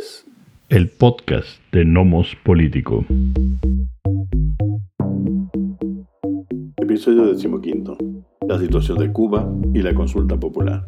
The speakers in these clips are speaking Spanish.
es el podcast de Nomos Político. Episodio 15. La situación de Cuba y la consulta popular.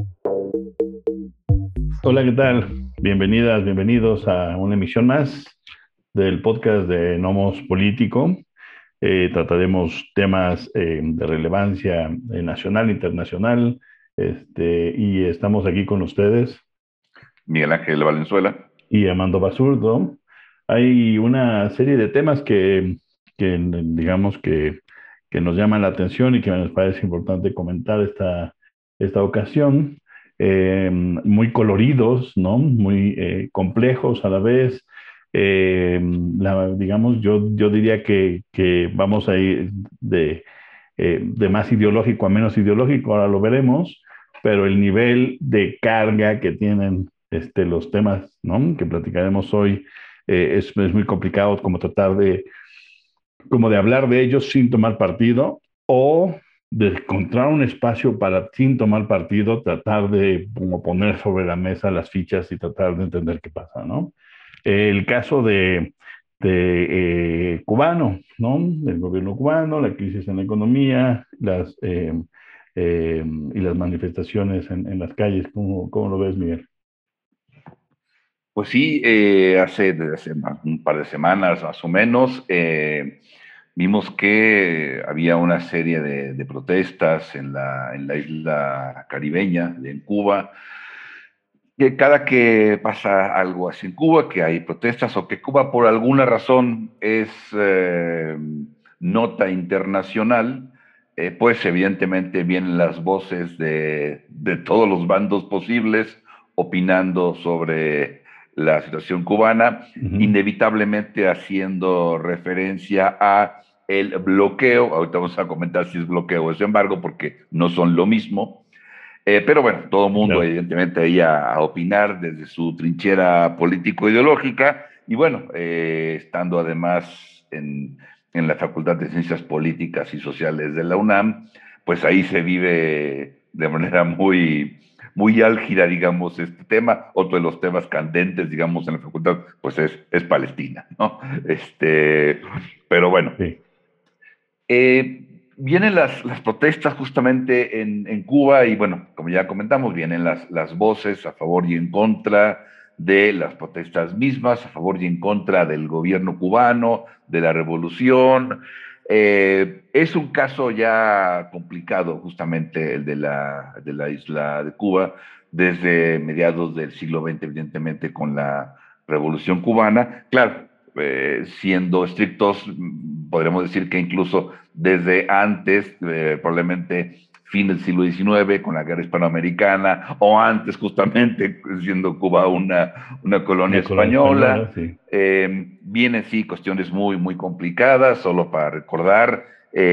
Hola, ¿qué tal? Bienvenidas, bienvenidos a una emisión más del podcast de Nomos Político. Trataremos temas de relevancia nacional, internacional, y estamos aquí con ustedes. Miguel Ángel Valenzuela. Y Armando Basurdo. Hay una serie de temas digamos que nos llaman la atención y que nos parece importante comentar esta ocasión. Muy coloridos, ¿no? Muy complejos a la vez. Digamos, yo diría que vamos a ir de más ideológico a menos ideológico, ahora lo veremos, pero el nivel de carga que tienen los temas, ¿no?, que platicaremos hoy es muy complicado como tratar como de hablar de ellos sin tomar partido o de encontrar un espacio para, sin tomar partido, tratar de como poner sobre la mesa las fichas y tratar de entender qué pasa, ¿no? El caso de cubano, ¿no? Del gobierno cubano, la crisis en la economía, y las manifestaciones en las calles. ¿Cómo lo ves, Miguel? Pues sí, hace un par de semanas más o menos, vimos que había una serie de protestas en la isla caribeña, en Cuba, que cada que pasa algo así en Cuba, que hay protestas o que Cuba por alguna razón es nota internacional, pues evidentemente vienen las voces de todos los bandos posibles opinando sobre la situación cubana, inevitablemente haciendo referencia a el bloqueo. Ahorita vamos a comentar si es bloqueo o es embargo, porque no son lo mismo. Pero bueno, todo el mundo, Claro. evidentemente, ahí a opinar desde su trinchera político-ideológica, y bueno, estando además en la Facultad de Ciencias Políticas y Sociales de la UNAM, pues ahí se vive de manera muy álgida, digamos, este tema. Otro de los temas candentes, digamos, en la facultad, pues es Palestina, ¿no? Pero bueno. Sí. Vienen las protestas justamente en Cuba y bueno, como ya comentamos, vienen las voces a favor y en contra de las protestas mismas, a favor y en contra del gobierno cubano, de la revolución. Es un caso ya complicado justamente el de la isla de Cuba, desde mediados del siglo XX, evidentemente, con la revolución cubana. Claro, siendo estrictos, podríamos decir que incluso desde antes, probablemente fin del siglo XIX, con la guerra hispanoamericana, o antes justamente, siendo Cuba una colonia española. Sí. Vienen, sí, cuestiones muy complicadas, solo para recordar,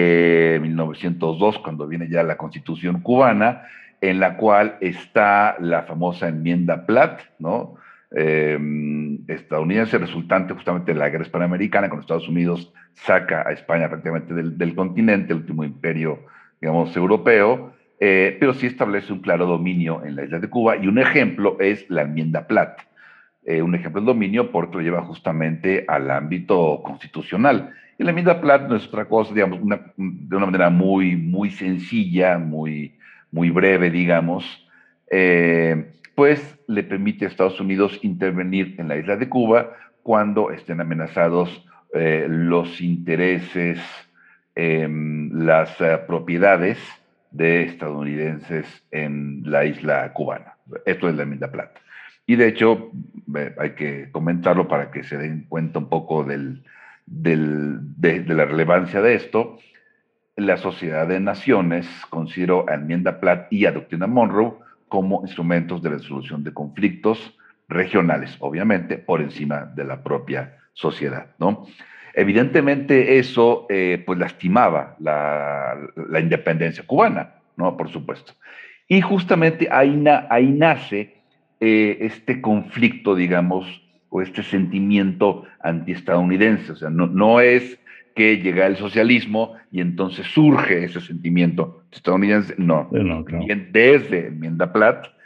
1902, cuando viene ya la Constitución cubana, en la cual está la famosa enmienda Platt, ¿no? Estadounidense, resultante justamente de la guerra hispanoamericana, cuando Estados Unidos saca a España prácticamente del continente, el último imperio, digamos, europeo, pero sí establece un claro dominio en la isla de Cuba, y un ejemplo es la enmienda Platt. Un ejemplo del dominio porque lo lleva justamente al ámbito constitucional. Y la enmienda Platt no es otra cosa, digamos, de una manera muy sencilla, muy breve, digamos, pues le permite a Estados Unidos intervenir en la isla de Cuba cuando estén amenazados los intereses, las propiedades de estadounidenses en la isla cubana. Esto es la enmienda Platt. Y de hecho, hay que comentarlo para que se den cuenta un poco de la relevancia de esto. La Sociedad de Naciones consideró a enmienda Platt y a doctrina Monroe como instrumentos de resolución de conflictos regionales, obviamente por encima de la propia sociedad, ¿no? Evidentemente eso pues lastimaba la independencia cubana, ¿no? Por supuesto. Y justamente ahí nace este conflicto, digamos, o este sentimiento antiestadounidense. O sea, no es que llega el socialismo y entonces surge ese sentimiento estadounidense, no. No, claro. Bien desde enmienda Platt,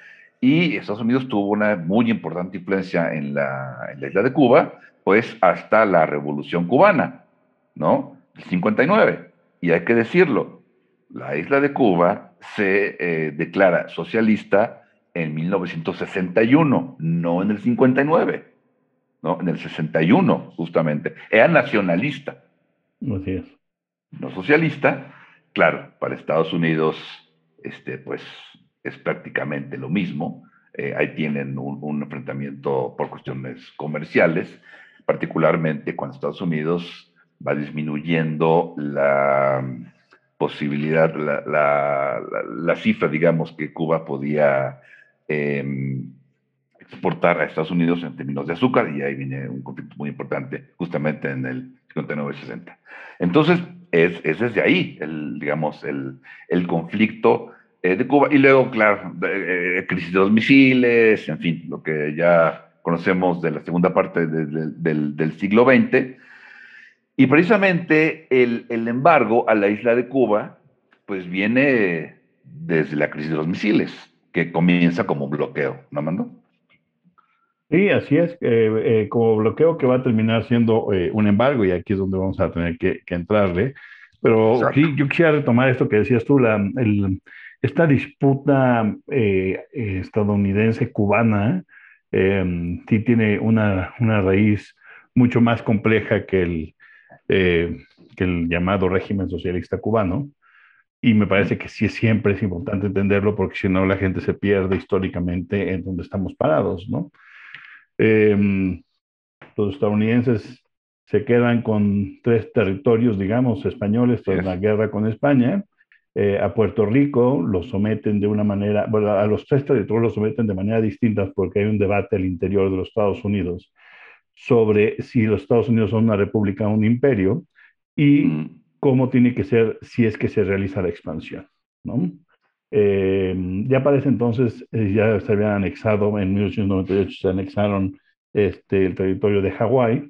Y Estados Unidos tuvo una muy importante influencia en la isla de Cuba, pues hasta la Revolución Cubana, ¿no? El 59. Y hay que decirlo, la isla de Cuba se declara socialista en 1961, no en el 59, ¿no? En el 61, justamente. Era nacionalista, Así es. no socialista. Claro, para Estados Unidos, pues es prácticamente lo mismo. Ahí tienen un enfrentamiento por cuestiones comerciales, particularmente cuando Estados Unidos va disminuyendo la posibilidad, la cifra, digamos, que Cuba podía eh, exportar a Estados Unidos en términos de azúcar, y ahí viene un conflicto muy importante justamente en el 59-60. Entonces, es desde ahí, digamos, el conflicto de Cuba. Y luego, claro, crisis de los misiles, en fin, lo que ya conocemos de la segunda parte del siglo XX. Y precisamente el embargo a la isla de Cuba, pues viene desde la crisis de los misiles, que comienza como un bloqueo, ¿no, Mando? Sí, así es, como bloqueo que va a terminar siendo un embargo, y aquí es donde vamos a tener que entrarle. Pero Exacto. sí, yo quisiera retomar esto que decías tú, esta disputa estadounidense-cubana, sí tiene una raíz mucho más compleja eh, que el llamado régimen socialista cubano. Y me parece que sí siempre es importante entenderlo, porque si no la gente se pierde históricamente en donde estamos parados, ¿no? Eh, los estadounidenses se quedan con tres territorios, digamos, españoles Así tras es. la guerra con España. A Puerto Rico los someten de una manera, bueno, a los tres territorios los someten de manera distinta, porque hay un debate al interior de los Estados Unidos sobre si los Estados Unidos son una república o un imperio, y Mm, cómo tiene que ser si es que se realiza la expansión, ¿no? Ya para ese entonces ya se habían anexado, en 1898 se anexaron el territorio de Hawái,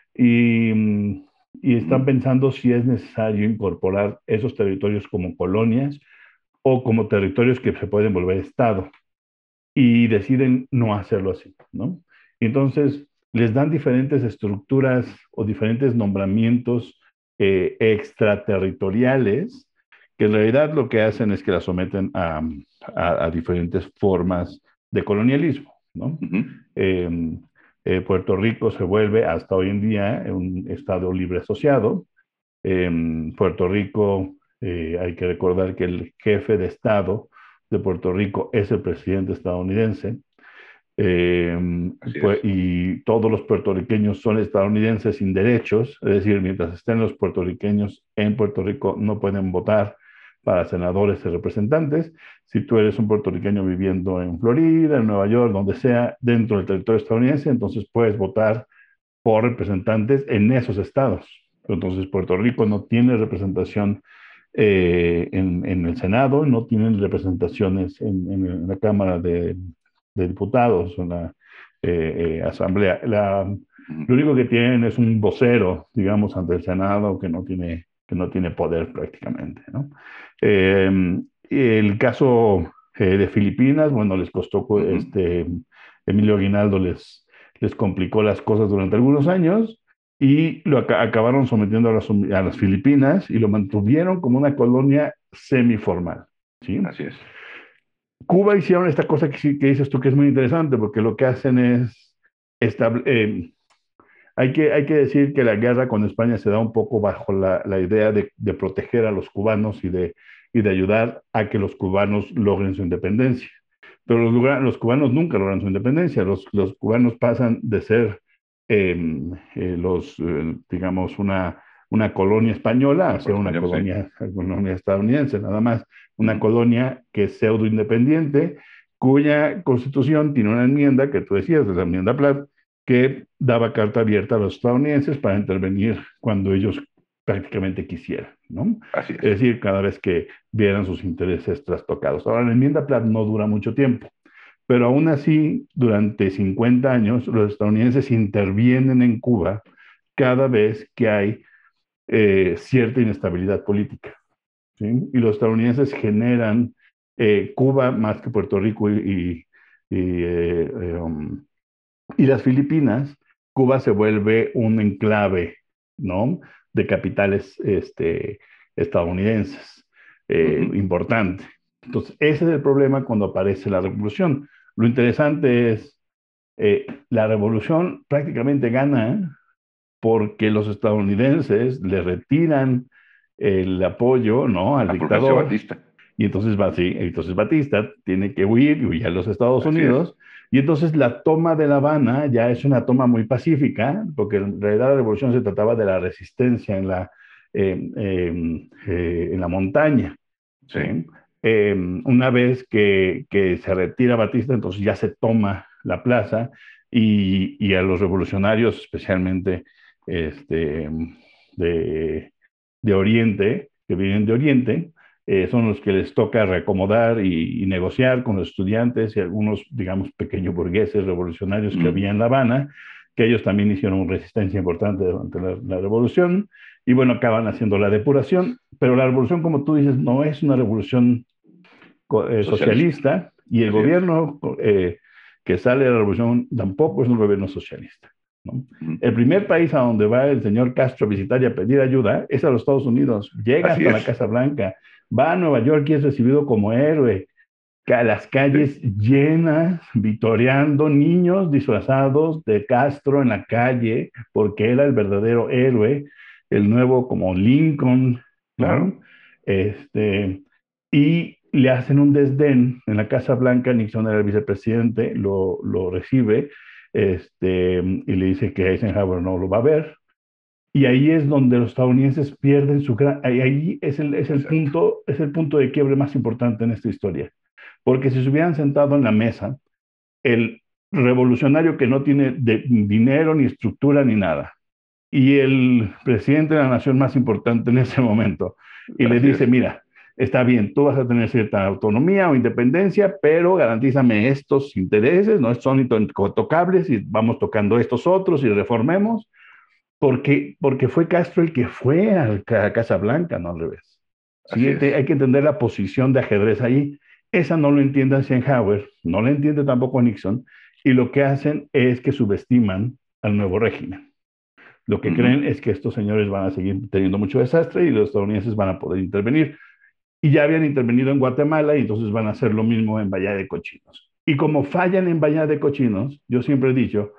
y están mm, pensando si es necesario incorporar esos territorios como colonias o como territorios que se pueden volver Estado, y deciden no hacerlo así, ¿no? Entonces, les dan diferentes estructuras o diferentes nombramientos extraterritoriales, que en realidad lo que hacen es que la someten a diferentes formas de colonialismo, ¿no? ujú. Eh, Puerto Rico se vuelve hasta hoy en día un estado libre asociado. Puerto Rico, hay que recordar que el jefe de Estado de Puerto Rico es el presidente estadounidense, Así es. pues, y todos los puertorriqueños son estadounidenses sin derechos, es decir, mientras estén los puertorriqueños en Puerto Rico no pueden votar para senadores y representantes. Si tú eres un puertorriqueño viviendo en Florida, en Nueva York, donde sea, dentro del territorio estadounidense, entonces puedes votar por representantes en esos estados. Entonces, Puerto Rico no tiene representación en el Senado, no tienen representaciones en la Cámara de Diputados, en la Asamblea. Ujú. Lo único que tienen es un vocero, digamos, ante el Senado, que no tiene poder prácticamente, ¿no? El caso de Filipinas, bueno, les costó, Ujú. Emilio Aguinaldo les complicó las cosas durante algunos años, y acabaron sometiendo a las Filipinas y lo mantuvieron como una colonia semiformal, ¿sí? Así es. Cuba hicieron esta cosa que dices tú, que es muy interesante, porque lo que hacen es, estable- eh, hay que decir que la guerra con España se da un poco bajo la idea de proteger a los cubanos y de ayudar a que los cubanos logren su independencia. Pero los cubanos nunca logran su independencia. Los cubanos pasan de ser, digamos, una colonia española a ser una Español, sí. colonia estadounidense, nada más. Una Ujú. colonia que es pseudo independiente, cuya constitución tiene una enmienda que tú decías, de la enmienda Platt, que daba carta abierta a los estadounidenses para intervenir cuando ellos prácticamente quisieran, ¿no? Así es. Es decir, cada vez que vieran sus intereses trastocados. Ahora, la enmienda Platt no dura mucho tiempo, pero aún así, durante 50 años, los estadounidenses intervienen en Cuba cada vez que hay cierta inestabilidad política, ¿sí? Y los estadounidenses generan Cuba, más que Puerto Rico y las Filipinas, Cuba se vuelve un enclave, ¿no? De capitales estadounidenses, Ujú. importante. Entonces, ese es el problema cuando aparece la revolución. Lo interesante es, la revolución prácticamente gana porque los estadounidenses le retiran el apoyo, ¿no? Al A Fulgencio dictador, Batista. y entonces, sí, entonces Batista tiene que huir a los Estados Así es. Unidos, y entonces la toma de La Habana ya es una toma muy pacífica, porque en realidad la revolución se trataba de la resistencia en la montaña, ¿sí? Sí. Una vez que se retira Batista, entonces ya se toma la plaza, y a los revolucionarios, especialmente este, de, de Oriente, que vienen de Oriente, son los que les toca reacomodar y negociar con los estudiantes y algunos, digamos, pequeños burgueses revolucionarios que había Mm. en La Habana, que ellos también hicieron una resistencia importante durante la revolución, y bueno, acaban haciendo la depuración, pero la revolución, como tú dices, no es una revolución Socialista. socialista, y el Así es. gobierno que sale de la revolución tampoco es un gobierno socialista, ¿no? Ujú. El primer país a donde va el señor Castro a visitar y a pedir ayuda es a los Estados Unidos. Llega Así hasta la es. Casa Blanca, va a Nueva York y es recibido como héroe. Las Sí. calles llenas, vitoreando, niños disfrazados de Castro en la calle, porque era el verdadero héroe, el nuevo como Lincoln, ¿no? Claro. Este, y le hacen un desdén en la Casa Blanca. Nixon era el vicepresidente, lo recibe, y le dice que Eisenhower no lo va a ver. Y ahí es donde los estadounidenses pierden ahí Exacto. es el punto de quiebre más importante en esta historia. Porque si se hubieran sentado en la mesa, el revolucionario que no tiene dinero, ni estructura, ni nada, y el presidente de la nación más importante en ese momento, y le Así es. dice, mira, está bien, tú vas a tener cierta autonomía o independencia, pero garantízame estos intereses, no son intocables, y vamos tocando estos otros y reformemos, porque fue Castro el que fue a Casa Blanca, no al revés. Sí, Así es. hay que entender la posición de ajedrez ahí. Esa no lo entiende Eisenhower, no la entiende tampoco Nixon, y lo que hacen es que subestiman al nuevo régimen. Lo que creen Ujú. es que estos señores van a seguir teniendo mucho desastre y los estadounidenses van a poder intervenir. Y ya habían intervenido en Guatemala, y entonces van a hacer lo mismo en Bahía de Cochinos. Y como fallan en Bahía de Cochinos, yo siempre he dicho,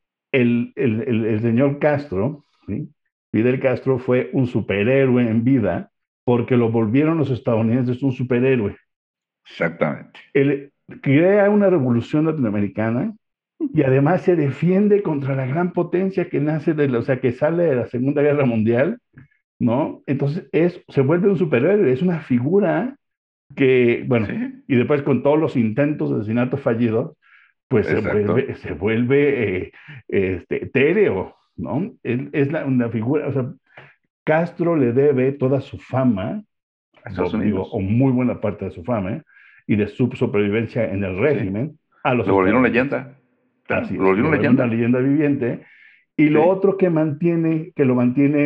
el señor Castro, ¿sí? Fidel Castro fue un superhéroe en vida porque lo volvieron los estadounidenses un superhéroe. Exactamente. Él crea una revolución latinoamericana y además se defiende contra la gran potencia que nace o sea, que sale de la Segunda Guerra Mundial, ¿no? Entonces se vuelve un superhéroe, es una figura que, Sí. bueno, y después con todos los intentos de asesinato fallidos, pues Exacto. se vuelve etéreo, ¿no? Una figura, o sea, Castro le debe toda su fama, A Estados digo, o Unidos. muy buena parte de su fama, y de su supervivencia en el Sí. régimen a los Lo volvieron estadounidenses. leyenda. Claro, Así lo es, lo volvieron vuelve una leyenda. leyenda viviente. Y lo Sí. otro que lo mantiene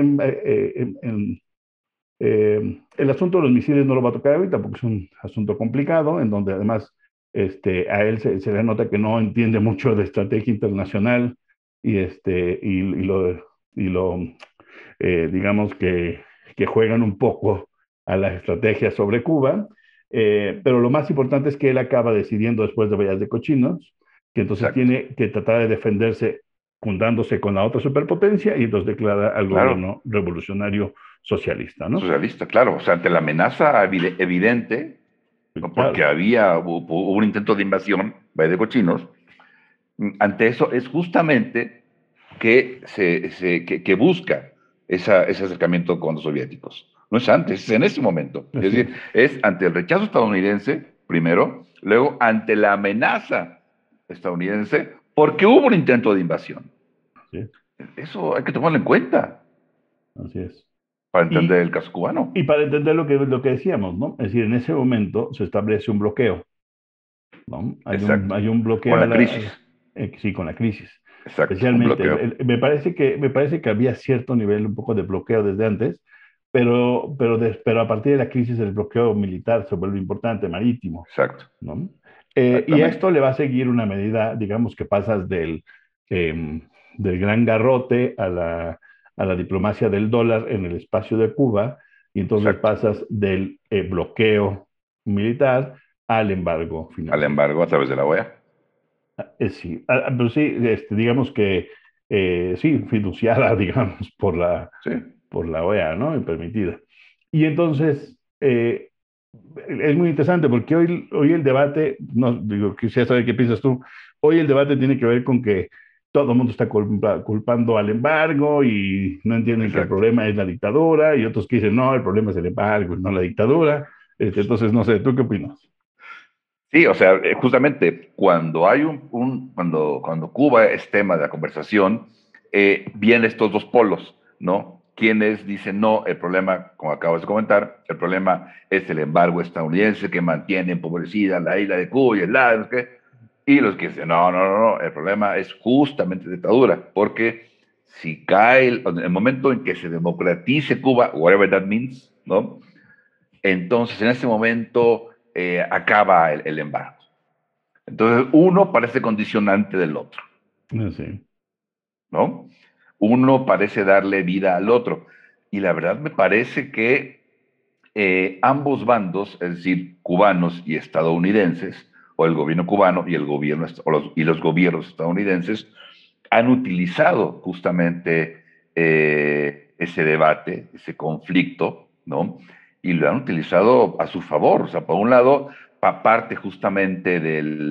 el asunto de los misiles no lo va a tocar ahorita porque es un asunto complicado, en donde además a él se le nota que no entiende mucho de estrategia internacional, y digamos que juegan un poco a la estrategia sobre Cuba. Pero lo más importante es que él acaba decidiendo después de Vallas de Cochinos, que entonces Exacto. tiene que tratar de defenderse juntándose con la otra superpotencia, y entonces declara al Claro. gobierno revolucionario socialista, ¿no? Socialista, claro. O sea, ante la amenaza evidente, ¿no? Porque Claro, hubo un intento de invasión, vaya de cochinos, ante eso es justamente que busca ese acercamiento con los soviéticos. No es antes, es en ese momento. Es así decir, es. es ante el rechazo estadounidense, primero, luego ante la amenaza estadounidense, porque hubo un intento de invasión. Así es, Eso hay que tomarlo en cuenta así es. para entender Y, el caso cubano. y para entender lo que decíamos, ¿no? Es decir, en ese momento se establece un bloqueo, ¿no? Exacto. Hay un bloqueo Con la crisis. sí, con la crisis. Exacto, un Especialmente, bloqueo. me parece que había cierto nivel, un poco de bloqueo desde antes, pero a partir de la crisis el bloqueo militar se vuelve importante, marítimo, Exacto. ¿no? Y a esto exactamente. le va a seguir una medida, digamos que pasas del gran garrote a la diplomacia del dólar en el espacio de Cuba, y entonces Exacto. pasas del bloqueo militar al embargo Al financiero. embargo, a través de la OEA. Sí, pero sí, digamos que sí, fiduciada, digamos, Sí, por la OEA, ¿no? Y permitida. Y entonces, es muy interesante porque hoy el debate, no digo, quisiera saber qué piensas tú, hoy el debate tiene que ver con que todo el mundo está culpando al embargo y no entienden que el exacto. problema es la dictadura y otros que dicen, no, el problema es el embargo y no la dictadura. Entonces, no sé, ¿tú qué opinas? Sí, o sea, justamente cuando hay cuando Cuba es tema de la conversación, vienen estos dos polos, ¿no? Quienes dicen, no, el problema, como acabas de comentar, el problema es el embargo estadounidense que mantiene empobrecida la isla de Cuba y el lado, no sé qué. Y los que dicen, no, no, no, no, el problema es justamente la dictadura, porque si cae en el momento en que se democratice Cuba, whatever that means, ¿no? Entonces, en ese momento acaba el embargo. Entonces, uno parece condicionante del otro, No sé. ¿no? Uno parece darle vida al otro. Y la verdad me parece que ambos bandos, es decir, cubanos y estadounidenses, o el gobierno cubano y el gobierno y los gobiernos estadounidenses, han utilizado justamente ese debate, ese conflicto, ¿no? Y lo han utilizado a su favor. O sea, por un lado, parte justamente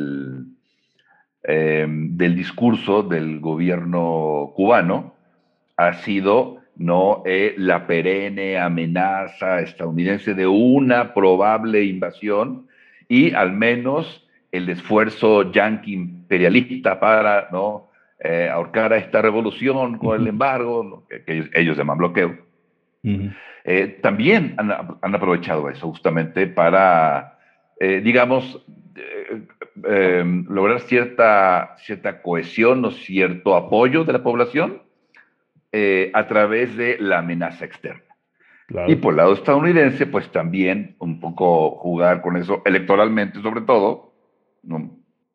del discurso del gobierno cubano ha sido no la perenne amenaza estadounidense de una probable invasión y al menos el esfuerzo yanqui imperialista para no ahorcar a esta revolución con el embargo, ¿no? Que ellos llaman bloqueo. Ujú. También han aprovechado eso justamente para, digamos, lograr cierta cohesión o cierto apoyo de la población a través de la amenaza externa. Y Claro. por el lado estadounidense, pues también un poco jugar con eso electoralmente, sobre todo, ¿no?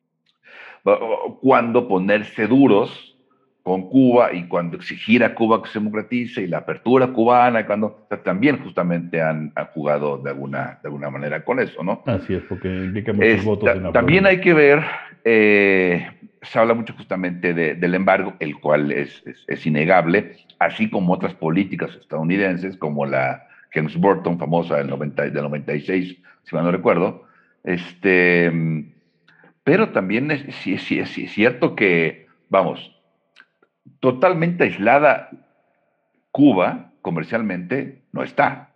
Cuando ponerse duros con Cuba y cuando exigir a Cuba que se democratice y la apertura cubana, cuando o sea, también justamente han jugado de alguna manera con eso, ¿no? Así es, porque implica muchos votos en la También Florida. hay que ver, se habla mucho justamente del embargo, el cual es innegable, así como otras políticas estadounidenses, como la Helms-Burton, famosa del 96, si mal no recuerdo. Este, pero también sí es cierto que, vamos, totalmente aislada Cuba comercialmente no está.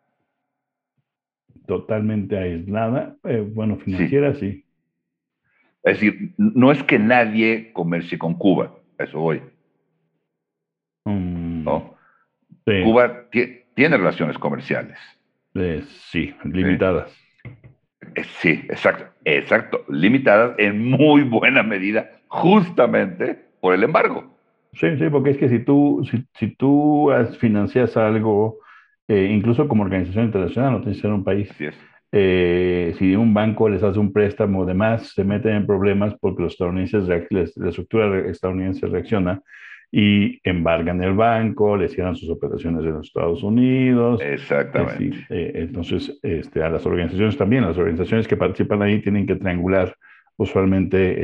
Totalmente aislada, bueno, Sí. financiera, sí. Es decir, no es que nadie comercie con Cuba, a eso voy, Mm, ¿no? sí, Cuba tiene relaciones comerciales. sí, ¿Sí? limitadas. Sí, exacto, exacto, limitadas en muy buena medida justamente por el embargo. Sí, sí, porque es que si tú financias algo, incluso como organización internacional, no tienes que ser un país, Así es, si un banco les hace un préstamo de más, se meten en problemas porque los estadounidenses, la estructura estadounidense reacciona y embargan el banco, les cierran sus operaciones en los Estados Unidos. exactamente. Sí, entonces, a las organizaciones también, las organizaciones que participan ahí tienen que triangular usualmente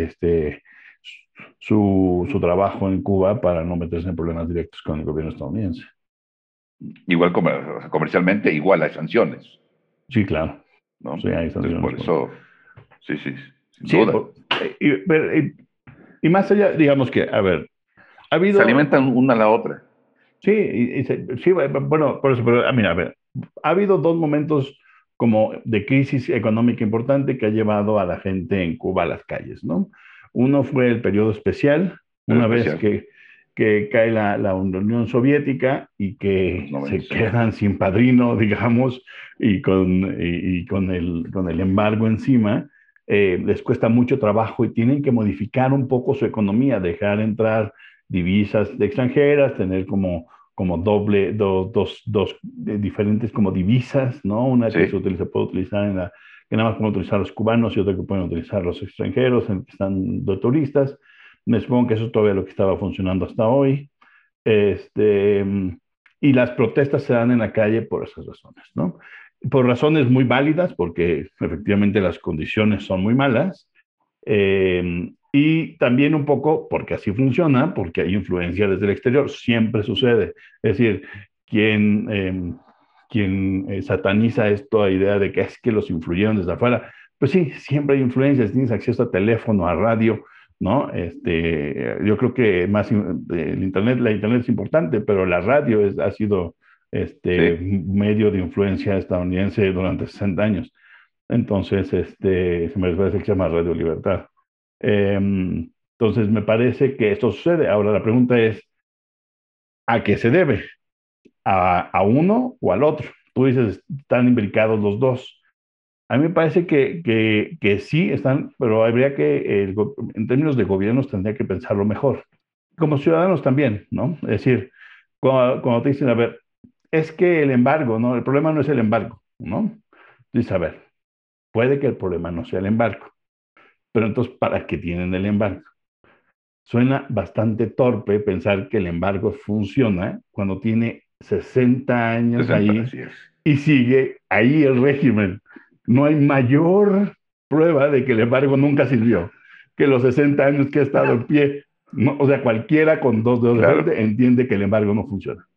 su trabajo en Cuba para no meterse en problemas directos con el gobierno estadounidense. Igual comercialmente, igual hay sanciones, Sí, claro, sí, ¿no? hay Entonces, sanciones. por eso, sí, sí, sin Sí, duda. y más allá, digamos que, a ver, ha Se habido, alimentan una a la otra. sí, sí, bueno, por eso, pero mira, a ver, ha habido dos momentos como de crisis económica importante que ha llevado a la gente en Cuba a las calles, ¿no? Uno fue el periodo especial, Pero una vez especial, que cae la Unión Soviética y en los que 90, se sí. quedan sin padrino, digamos, y con el embargo encima, les cuesta mucho trabajo y tienen que modificar un poco su economía, dejar entrar divisas de extranjeras, tener como dos diferentes como divisas, ¿no? Una que se Sí, utiliza, puede utilizar en que nada más pueden utilizar los cubanos y otro que pueden utilizar los extranjeros en que están de turistas. Me supongo que eso es todavía lo que estaba funcionando hasta hoy. Este, y las protestas se dan en la calle por esas razones, ¿no? Por razones muy válidas, porque efectivamente las condiciones son muy malas, y también un poco porque así funciona, porque hay influencia desde el exterior, siempre sucede. Es decir, quien, sataniza esta idea de que es que los influyeron desde afuera, pues sí, siempre hay influencias, tienes acceso a teléfono, a radio, ¿no? Yo creo que más el internet, la internet es importante, pero la radio ha sido Sí, medio de influencia estadounidense durante 60 años. Entonces, se me parece que se llama Radio Libertad. Entonces, me parece que esto sucede. Ahora, la pregunta es, ¿a qué se debe? ¿A uno o al otro? Tú dices, están imbricados los dos. A mí me parece que sí están, pero habría que, en términos de gobiernos, tendría que pensarlo mejor. Como ciudadanos también, ¿no? Es decir, cuando te dicen, a ver, es que el embargo, ¿no? El problema no es el embargo, ¿no? Dices, a ver, puede que el problema no sea el embargo, pero entonces, ¿para qué tienen el embargo? Suena bastante torpe pensar que el embargo funciona cuando tiene 60 años 60, ahí así es. y sigue ahí el régimen. No hay mayor prueba de que el embargo nunca sirvió que los 60 años que ha estado en pie. No, o sea, cualquiera con dos dedos de Claro, frente entiende que el embargo no funciona.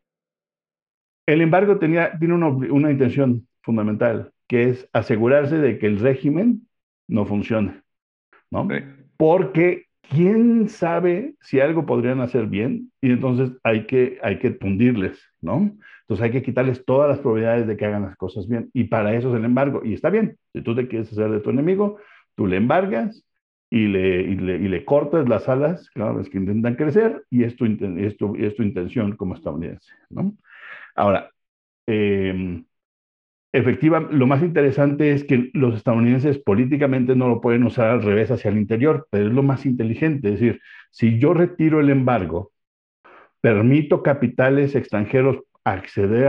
El embargo tiene una intención fundamental, que es asegurarse de que el régimen no funcione, sí, ¿no? Porque quién sabe si algo podrían hacer bien y entonces hay que tundirles, ¿no? Entonces hay que quitarles todas las probabilidades de que hagan las cosas bien y para eso es el embargo. Y está bien, si tú te quieres hacer de tu enemigo, tú le embargas y le cortas las alas cada vez que intentan crecer y es tu intención como estadounidense, ¿no? Ahora, eh, lo más interesante es que los estadounidenses políticamente no lo pueden usar al revés hacia el interior, pero es lo más inteligente. Es decir, si yo retiro el embargo, permito capitales extranjeros acceder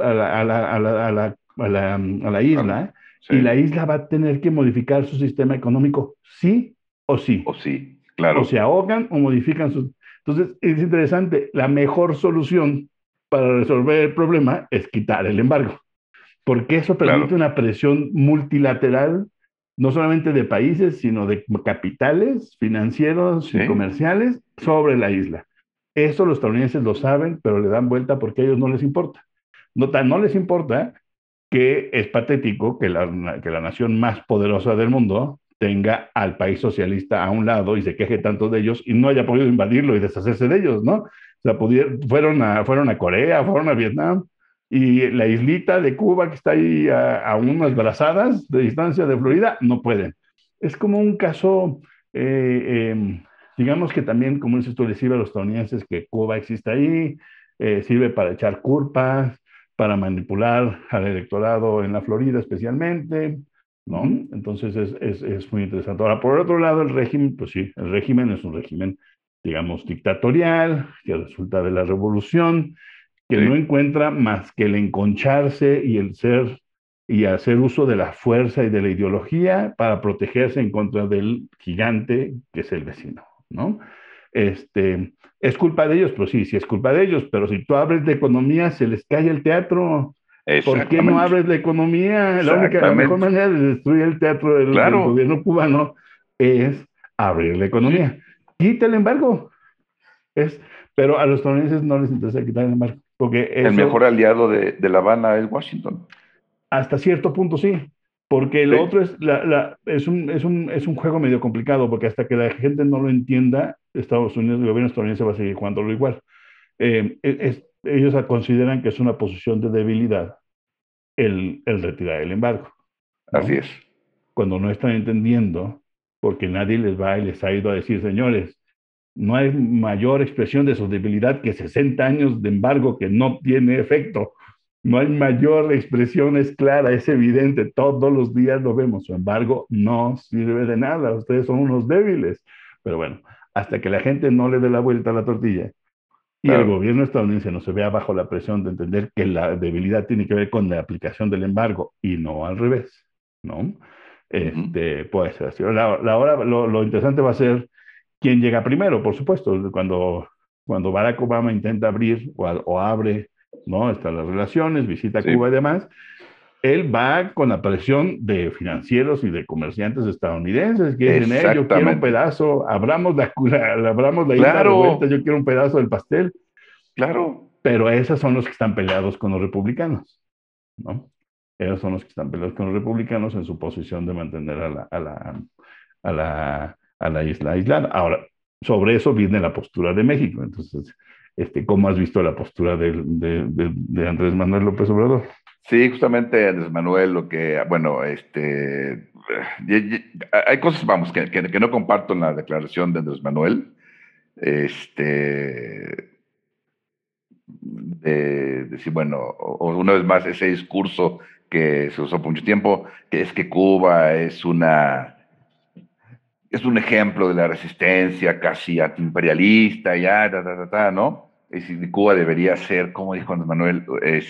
a la isla sí, y la isla va a tener que modificar su sistema económico, sí o o sí. sí, O se claro, ahogan o modifican sus... Entonces, es interesante, la mejor solución para resolver el problema es quitar el embargo porque eso permite claro, una presión multilateral, no solamente de países, sino de capitales financieros sí, y comerciales sobre la isla. Eso los estadounidenses lo saben, pero le dan vuelta porque a ellos no les importa. No les importa que es patético que la nación más poderosa del mundo tenga al país socialista a un lado y se queje tanto de ellos y no haya podido invadirlo y deshacerse de ellos, ¿no? O sea, fueron a Corea, fueron a Vietnam y la islita de Cuba que está ahí a unas brazadas de distancia de Florida, no pueden. Es como un caso, digamos que también, como dices tú, le sirve a los estadounidenses que Cuba existe ahí, sirve para echar culpas, para manipular al electorado en la Florida especialmente, ¿no? ujú, Entonces es muy interesante. Ahora, por otro lado, el régimen, pues sí, el régimen es un régimen, digamos, dictatorial, que resulta de la revolución, que no sí, encuentra más que el enconcharse y el ser y hacer uso de la fuerza y de la ideología para protegerse en contra del gigante que es el vecino, ¿no? Es culpa de ellos, pues sí, sí es culpa de ellos, pero si tú abres la economía, se les cae el teatro. ¿Por qué no exactamente, abres la economía? La mejor exactamente, manera de destruir el teatro del claro, gobierno cubano es abrir la economía. sí. Quita el embargo. Es, pero a los estadounidenses no les interesa quitar el embargo, porque El mejor eso aliado de La Habana es Washington, hasta cierto punto sí, porque lo sí, otro es un juego medio complicado, porque hasta que la gente no lo entienda, Estados Unidos, el gobierno estadounidense va a seguir jugándolo igual. Ellos consideran que es una posición de debilidad el retirar el embargo, así ¿no? es, Cuando no están entendiendo, porque nadie les va y les ha ido a decir, señores, no hay mayor expresión de su debilidad que 60 años de embargo que no tiene efecto. No hay mayor expresión, es clara, es evidente, todos los días lo vemos. Su embargo, no sirve de nada, ustedes son unos débiles. Pero bueno, hasta que la gente no le dé la vuelta a la tortilla y el claro, gobierno estadounidense no se vea bajo la presión de entender que la debilidad tiene que ver con la aplicación del embargo y no al revés, ¿no? Ujú. Puede ser así. Ahora lo interesante va a ser quién llega primero, por supuesto. Cuando Barack Obama intenta abrir o abre, ¿no? Están las relaciones, visita Cuba y Sí, demás. Él va con la presión de financieros y de comerciantes estadounidenses que dicen, yo quiero un exactamente. pedazo, abramos la isla revuelta, Claro, yo quiero un pedazo del pastel, claro. pero esos son los que están peleados con los republicanos, ¿no? Esos son los que están peleados con los republicanos en su posición de mantener a la isla aislada. Ahora, sobre eso viene la postura de México. Entonces, ¿cómo has visto la postura de Andrés Manuel López Obrador? Sí, justamente Andrés Manuel, bueno, hay cosas, vamos, que no comparto en la declaración de Andrés Manuel, este, de decir, bueno, o una vez más, ese discurso que se usó por mucho tiempo, que es que Cuba es un ejemplo de la resistencia casi antiimperialista, ya, ¿no? Es decir, Cuba debería ser, como dijo Andrés Manuel,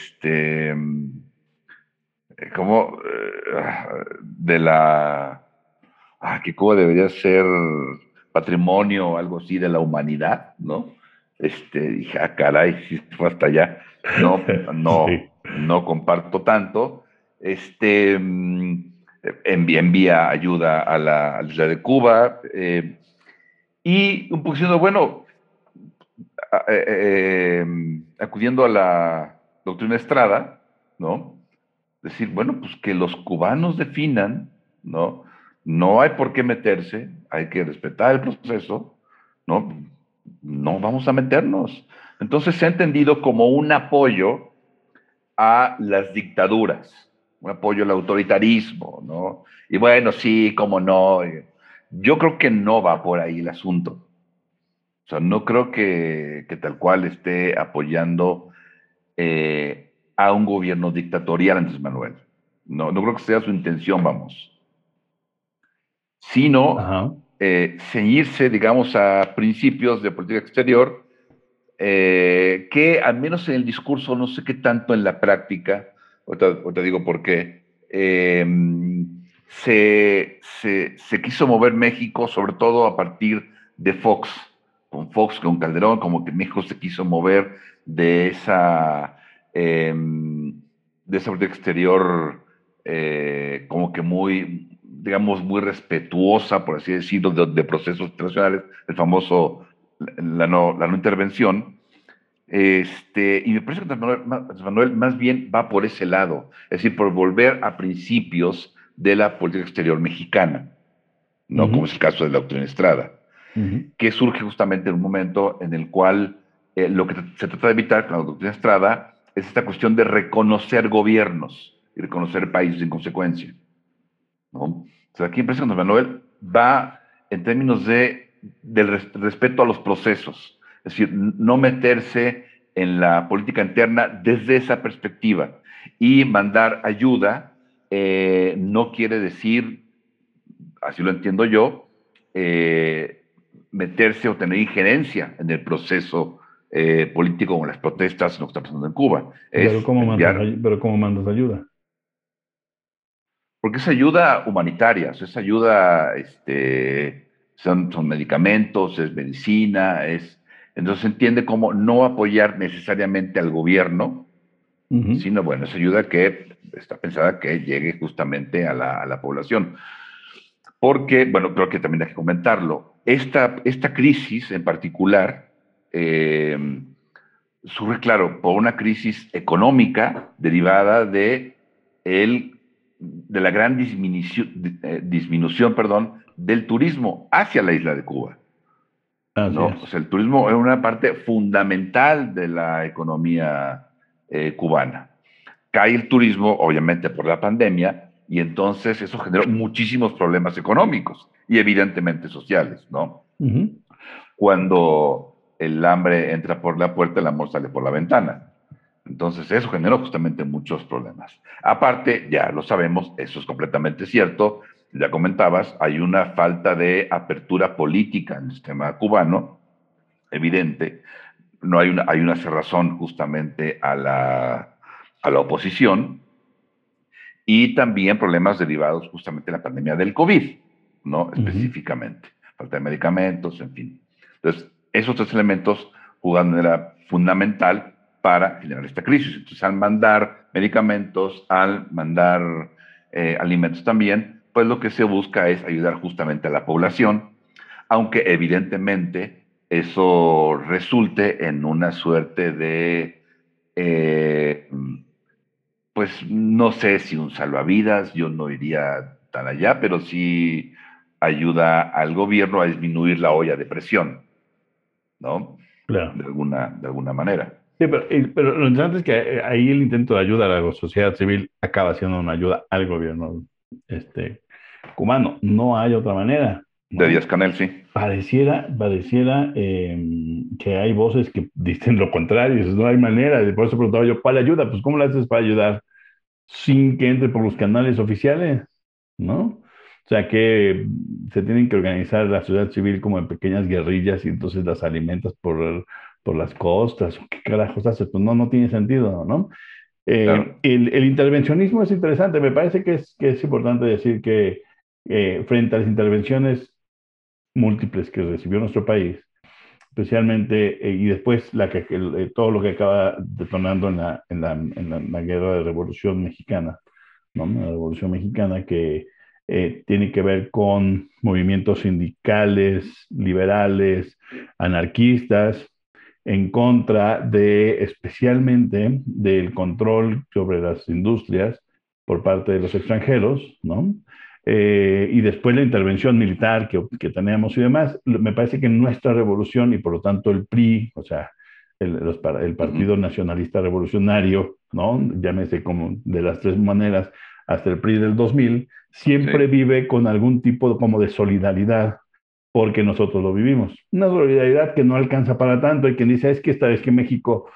como de la que Cuba debería ser patrimonio o algo así de la humanidad, ¿no? Dije, caray, si fue hasta allá. No, Sí. no comparto tanto. Envía ayuda a la isla de Cuba, y un poco diciendo, bueno, acudiendo a la doctrina Estrada, ¿no? Decir, bueno, pues que los cubanos definan, ¿no? No hay por qué meterse, hay que respetar el proceso, ¿no? No vamos a meternos. Entonces se ha entendido como un apoyo a las dictaduras, un apoyo al autoritarismo, ¿no? Y bueno, sí, cómo no. Yo creo que no va por ahí el asunto. O sea, no creo que tal cual esté apoyando a un gobierno dictatorial, Andrés Manuel. No, no creo que sea su intención, vamos. Sino Ajá. ceñirse, digamos, a principios de política exterior que al menos en el discurso, no sé qué tanto en la práctica, o te digo por qué, se quiso mover México, sobre todo a partir de Fox, con Calderón, como que México se quiso mover de de esa política exterior como que muy, digamos, muy respetuosa, por así decirlo, de procesos internacionales, el famoso la no intervención. Y me parece que Andrés Manuel más bien va por ese lado, es decir, por volver a principios de la política exterior mexicana, ¿no? Como es Ujú, el caso de la doctrina Estrada, ujú. que surge justamente en un momento en el cual lo que se trata de evitar con la doctrina Estrada es esta cuestión de reconocer gobiernos y reconocer países en consecuencia, ¿no? O sea, aquí me parece que Andrés Manuel va en términos del respeto a los procesos, es decir, no meterse en la política interna desde esa perspectiva y mandar ayuda no quiere decir, así lo entiendo yo, eh, meterse o tener injerencia en el proceso político o en las protestas, lo que está pasando en Cuba. Es enviar, Pero ¿cómo mandas ayuda? porque es ayuda humanitaria, o sea, es ayuda, son medicamentos, es medicina, entonces se entiende como no apoyar necesariamente al gobierno, Ujú. sino, bueno, es ayuda que está pensada que llegue justamente a a la población. Porque, bueno, creo que también hay que comentarlo, esta crisis en particular surge, claro, por una crisis económica derivada de la gran disminución, perdón, del turismo hacia la isla de Cuba, Así ¿no? O es. sea, el turismo es una parte fundamental de la economía cubana. Cae el turismo, obviamente, por la pandemia, y entonces eso generó muchísimos problemas económicos y evidentemente sociales, ¿no? Ujú. Cuando el hambre entra por la puerta, el amor sale por la ventana. Entonces, eso generó justamente muchos problemas. Aparte, ya lo sabemos, eso es completamente cierto, ya comentabas, hay una falta de apertura política en el sistema cubano, evidente. No hay hay una cerrazón justamente a a la oposición, y también problemas derivados justamente de la pandemia del COVID, ¿no? Ujú. Específicamente, falta de medicamentos, en fin. Entonces, esos tres elementos jugaron de manera fundamental para generar esta crisis. Entonces, al mandar medicamentos, al mandar alimentos también, pues lo que se busca es ayudar justamente a la población, aunque evidentemente eso resulte en una suerte de eh, pues no sé si un salvavidas, yo no iría tan allá, pero sí ayuda al gobierno a disminuir la olla de presión, ¿no? Claro. De alguna manera. Sí, pero lo interesante es que ahí el intento de ayuda a la sociedad civil acaba siendo una ayuda al gobierno este, cubano. No hay otra manera, De ¿no? Díaz Canel, sí. Pareciera que hay voces que dicen lo contrario, dices, no hay manera. Y por eso preguntaba yo, ¿cuál ayuda? Pues ¿cómo le haces para ayudar sin que entre por los canales oficiales? ¿No? O sea que se tienen que organizar la sociedad civil como en pequeñas guerrillas y entonces las alimentas por las costas. ¿Qué carajos haces? Pues no, no tiene sentido, ¿no? Claro. El intervencionismo es interesante. Me parece que es importante decir que frente a las intervenciones múltiples que recibió nuestro país, especialmente, y después todo lo que acaba detonando en la guerra de Revolución Mexicana, ¿no? La Revolución Mexicana que tiene que ver con movimientos sindicales, liberales, anarquistas, en contra de, especialmente, del control sobre las industrias por parte de los extranjeros, ¿no? Y después la intervención militar que tenemos y demás, me parece que nuestra revolución y por lo tanto el PRI, o sea, el Uh -huh. Partido Nacionalista Revolucionario, ¿no? Llámese como de las tres maneras, hasta el PRI del 2000, siempre Sí. vive con algún tipo como de solidaridad porque nosotros lo vivimos. Una solidaridad que no alcanza para tanto. Hay quien dice, es que esta vez que México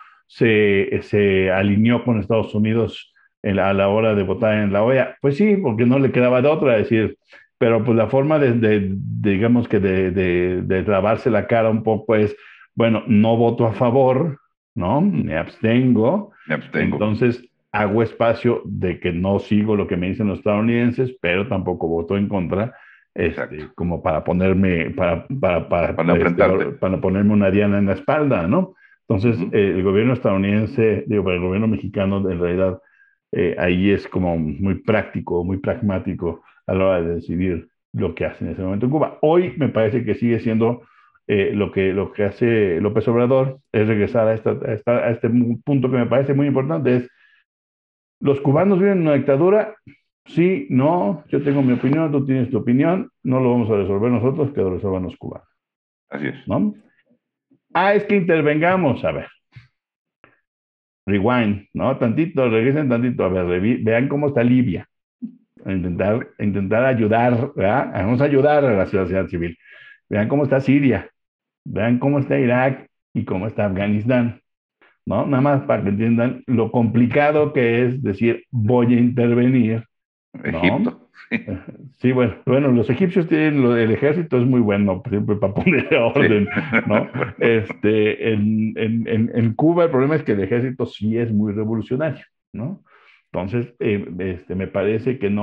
se alineó con Estados Unidos a la hora de votar en la OEA, pues sí, porque no le quedaba de otra, decir, pero pues la forma digamos que de lavarse la cara un poco es, bueno, no voto a favor, ¿no? Uh -huh. Me abstengo, Me abstengo. entonces hago espacio de que no sigo lo que me dicen los estadounidenses, pero tampoco voto en contra, Exacto. como para ponerme, Para no enfrentarte. para ponerme una diana en la espalda, ¿no? Uh Entonces, -huh. el gobierno estadounidense, digo, para el gobierno mexicano, en realidad, ahí es como muy práctico, muy pragmático a la hora de decidir lo que hace en ese momento en Cuba. Hoy me parece que sigue siendo lo que hace López Obrador, es regresar a este punto que me parece muy importante, es los cubanos viven en una dictadura. Sí, no, yo tengo mi opinión, tú tienes tu opinión, no lo vamos a resolver nosotros, que lo resuelvan los cubanos, Así es. ¿no? Ah, es que intervengamos, a ver, rewind, ¿no? Tantito, regresen tantito, a ver, vean cómo está Libia, intentar ayudar, ¿verdad? Vamos a ayudar a la sociedad civil. Vean cómo está Siria, vean cómo está Irak y cómo está Afganistán, ¿no? Nada más para que entiendan lo complicado que es decir, voy a intervenir, ¿no? Egipto. Sí. Sí, bueno, los egipcios tienen, el ejército es muy bueno, siempre para poner Sí. orden, ¿no? Bueno, En Cuba el problema es que el ejército sí es muy revolucionario, ¿no? Entonces, me parece que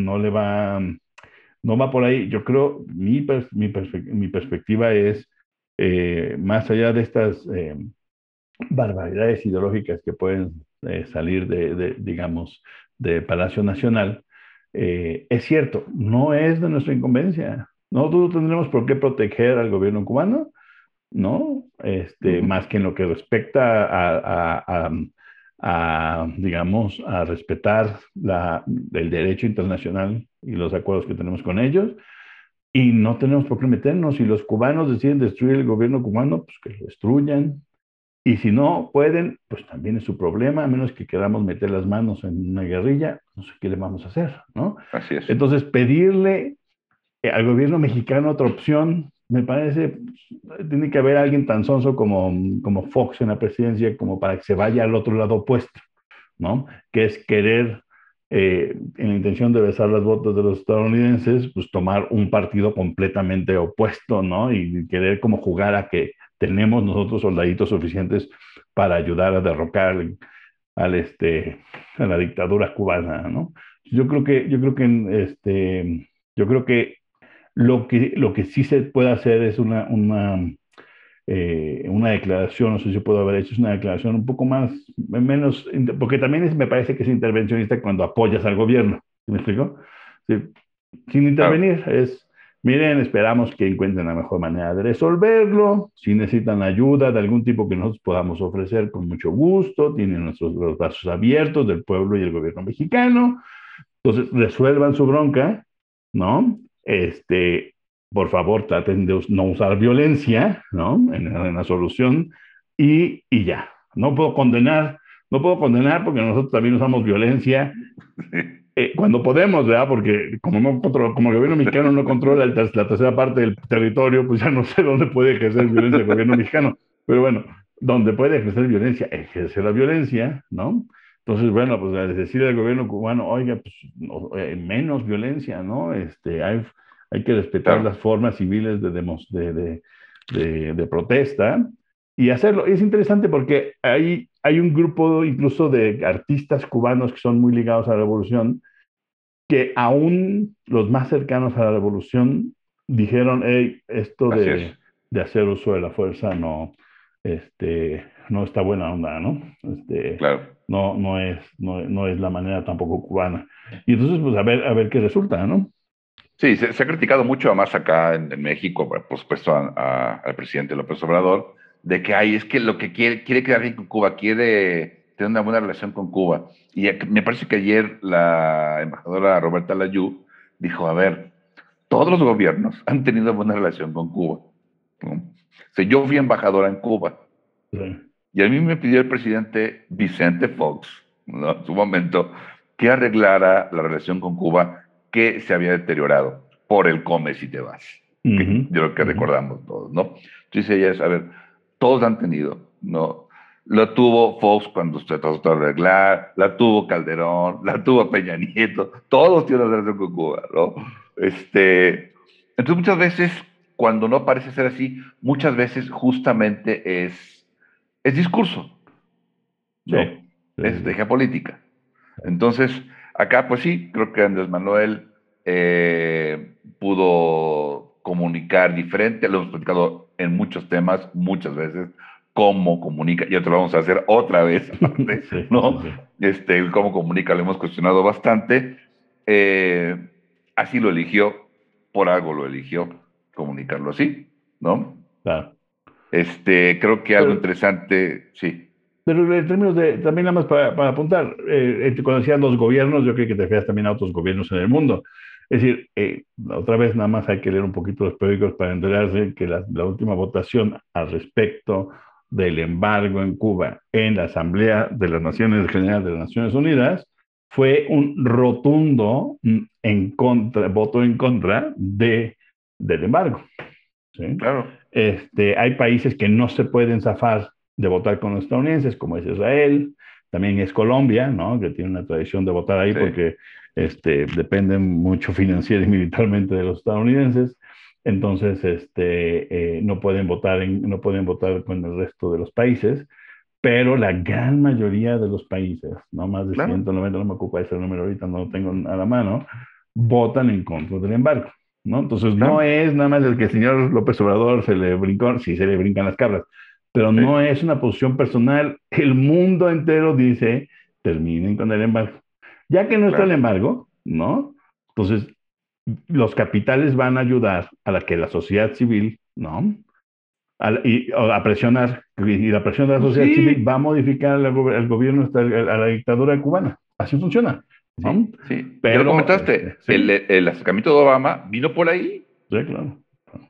no va por ahí. Yo creo, mi perspectiva es, más allá de estas barbaridades ideológicas que pueden salir digamos, de Palacio Nacional, es cierto, no es de nuestra incumbencia. Nosotros no tendremos por qué proteger al gobierno cubano, ¿no? uh -huh. Más que en lo que respecta digamos, a respetar el derecho internacional y los acuerdos que tenemos con ellos. Y no tenemos por qué meternos. Si los cubanos deciden destruir el gobierno cubano, pues que lo destruyan. Y si no pueden, pues también es su problema, a menos que queramos meter las manos en una guerrilla, no sé qué le vamos a hacer, ¿no? Así es. Entonces, pedirle al gobierno mexicano otra opción, me parece, pues, tiene que haber alguien tan sonso como Fox en la presidencia, como para que se vaya al otro lado opuesto, ¿no? Que es querer, en la intención de besar las botas de los estadounidenses, pues tomar un partido completamente opuesto, ¿no? Y querer como jugar a que tenemos nosotros soldaditos suficientes para ayudar a derrocar al, a la dictadura cubana, ¿no? yo creo que lo que sí se puede hacer es una declaración, no sé si puedo haber hecho, es una declaración un poco más, menos, porque también me parece que es intervencionista cuando apoyas al gobierno. ¿Sí me explico? Sí, sin Claro, intervenir, miren, esperamos que encuentren la mejor manera de resolverlo. Si necesitan ayuda de algún tipo que nosotros podamos ofrecer, con mucho gusto, tienen nuestros los brazos abiertos del pueblo y el gobierno mexicano. Entonces, resuelvan su bronca, ¿no? Por favor, traten de no usar violencia, ¿no? En la solución y ya. No puedo condenar porque nosotros también usamos violencia cuando podemos, ¿verdad? Porque como el gobierno mexicano no controla la tercera parte del territorio, pues ya no sé dónde puede ejercer violencia el gobierno mexicano. Pero bueno, donde puede ejercer violencia, ejerce la violencia, ¿no? Entonces, bueno, pues al decir al gobierno cubano, oiga, pues menos violencia, ¿no? Hay que respetar claro. las formas civiles de protesta y hacerlo. Es interesante porque hay un grupo incluso de artistas cubanos que son muy ligados a la revolución que aún los más cercanos a la revolución dijeron, hey, esto Así es, de hacer uso de la fuerza no está buena onda, ¿no? claro. No es la manera tampoco cubana. Y entonces, pues a ver qué resulta, ¿no? Sí, se ha criticado mucho, además acá en México, bueno, por supuesto, al presidente López Obrador, de que es que lo que quiere quedar bien con Cuba, quiere tener una buena relación con Cuba. Y me parece que ayer la embajadora Roberta Layú dijo, a ver, todos los gobiernos han tenido buena relación con Cuba, ¿no? O sea, yo fui embajadora en Cuba Sí. y a mí me pidió el presidente Vicente Fox, ¿no? En su momento, que arreglara la relación con Cuba que se había deteriorado por el come si te vas, que Ujú, yo creo que ujú. recordamos todos, ¿no? Entonces ella es, a ver, todos han tenido, ¿no? La tuvo Fox cuando se trató de arreglar, la tuvo Calderón, la tuvo Peña Nieto, todos tienen una relación con Cuba, ¿no? Entonces muchas veces, cuando no parece ser así, muchas veces justamente es discurso, Sí, ¿no? sí, Es sí, estrategia política. Entonces, acá pues sí, creo que Andrés Manuel pudo comunicar diferente, lo hemos platicado en muchos temas, muchas veces, cómo comunica, y otro lo vamos a hacer otra vez, aparte, sí, sí, ¿no? sí. El cómo comunica lo hemos cuestionado bastante. Eh, Así lo eligió, por algo lo eligió, comunicarlo así, ¿no? Claro. Creo que algo Pero, interesante, sí, Pero en términos también nada más para apuntar, cuando decían los gobiernos, yo creo que te refieres también a otros gobiernos en el mundo. Es decir, otra vez nada más hay que leer un poquito los periódicos para enterarse que la última votación al respecto del embargo en Cuba en la Asamblea de las Naciones Generales de las Naciones Unidas fue un rotundo voto en contra del embargo. ¿Sí? claro, Hay países que no se pueden zafar de votar con los estadounidenses, como es Israel, también es Colombia, ¿no? Que tiene una tradición de votar ahí sí, porque dependen mucho financiera y militarmente de los estadounidenses. Entonces, no pueden votar con el resto de los países, pero la gran mayoría de los países, no más de claro, 190, no me ocupa ese número ahorita, no lo tengo a la mano, votan en contra del embargo, ¿no? Entonces no claro, es nada más el que el señor López Obrador se le brincó, sí se le brincan las cabras, pero sí, no es una posición personal. El mundo entero dice, terminen con el embargo. Ya que no está el claro. embargo, ¿no? Entonces los capitales van a ayudar a la que la sociedad civil, ¿no? A presionar, y la presión de la Pues sociedad civil sí, va a modificar el gobierno, a la dictadura cubana. Así funciona, ¿no? sí, sí. Ya lo Pero, comentaste, sí, el acercamiento de Obama vino por ahí, sí, claro.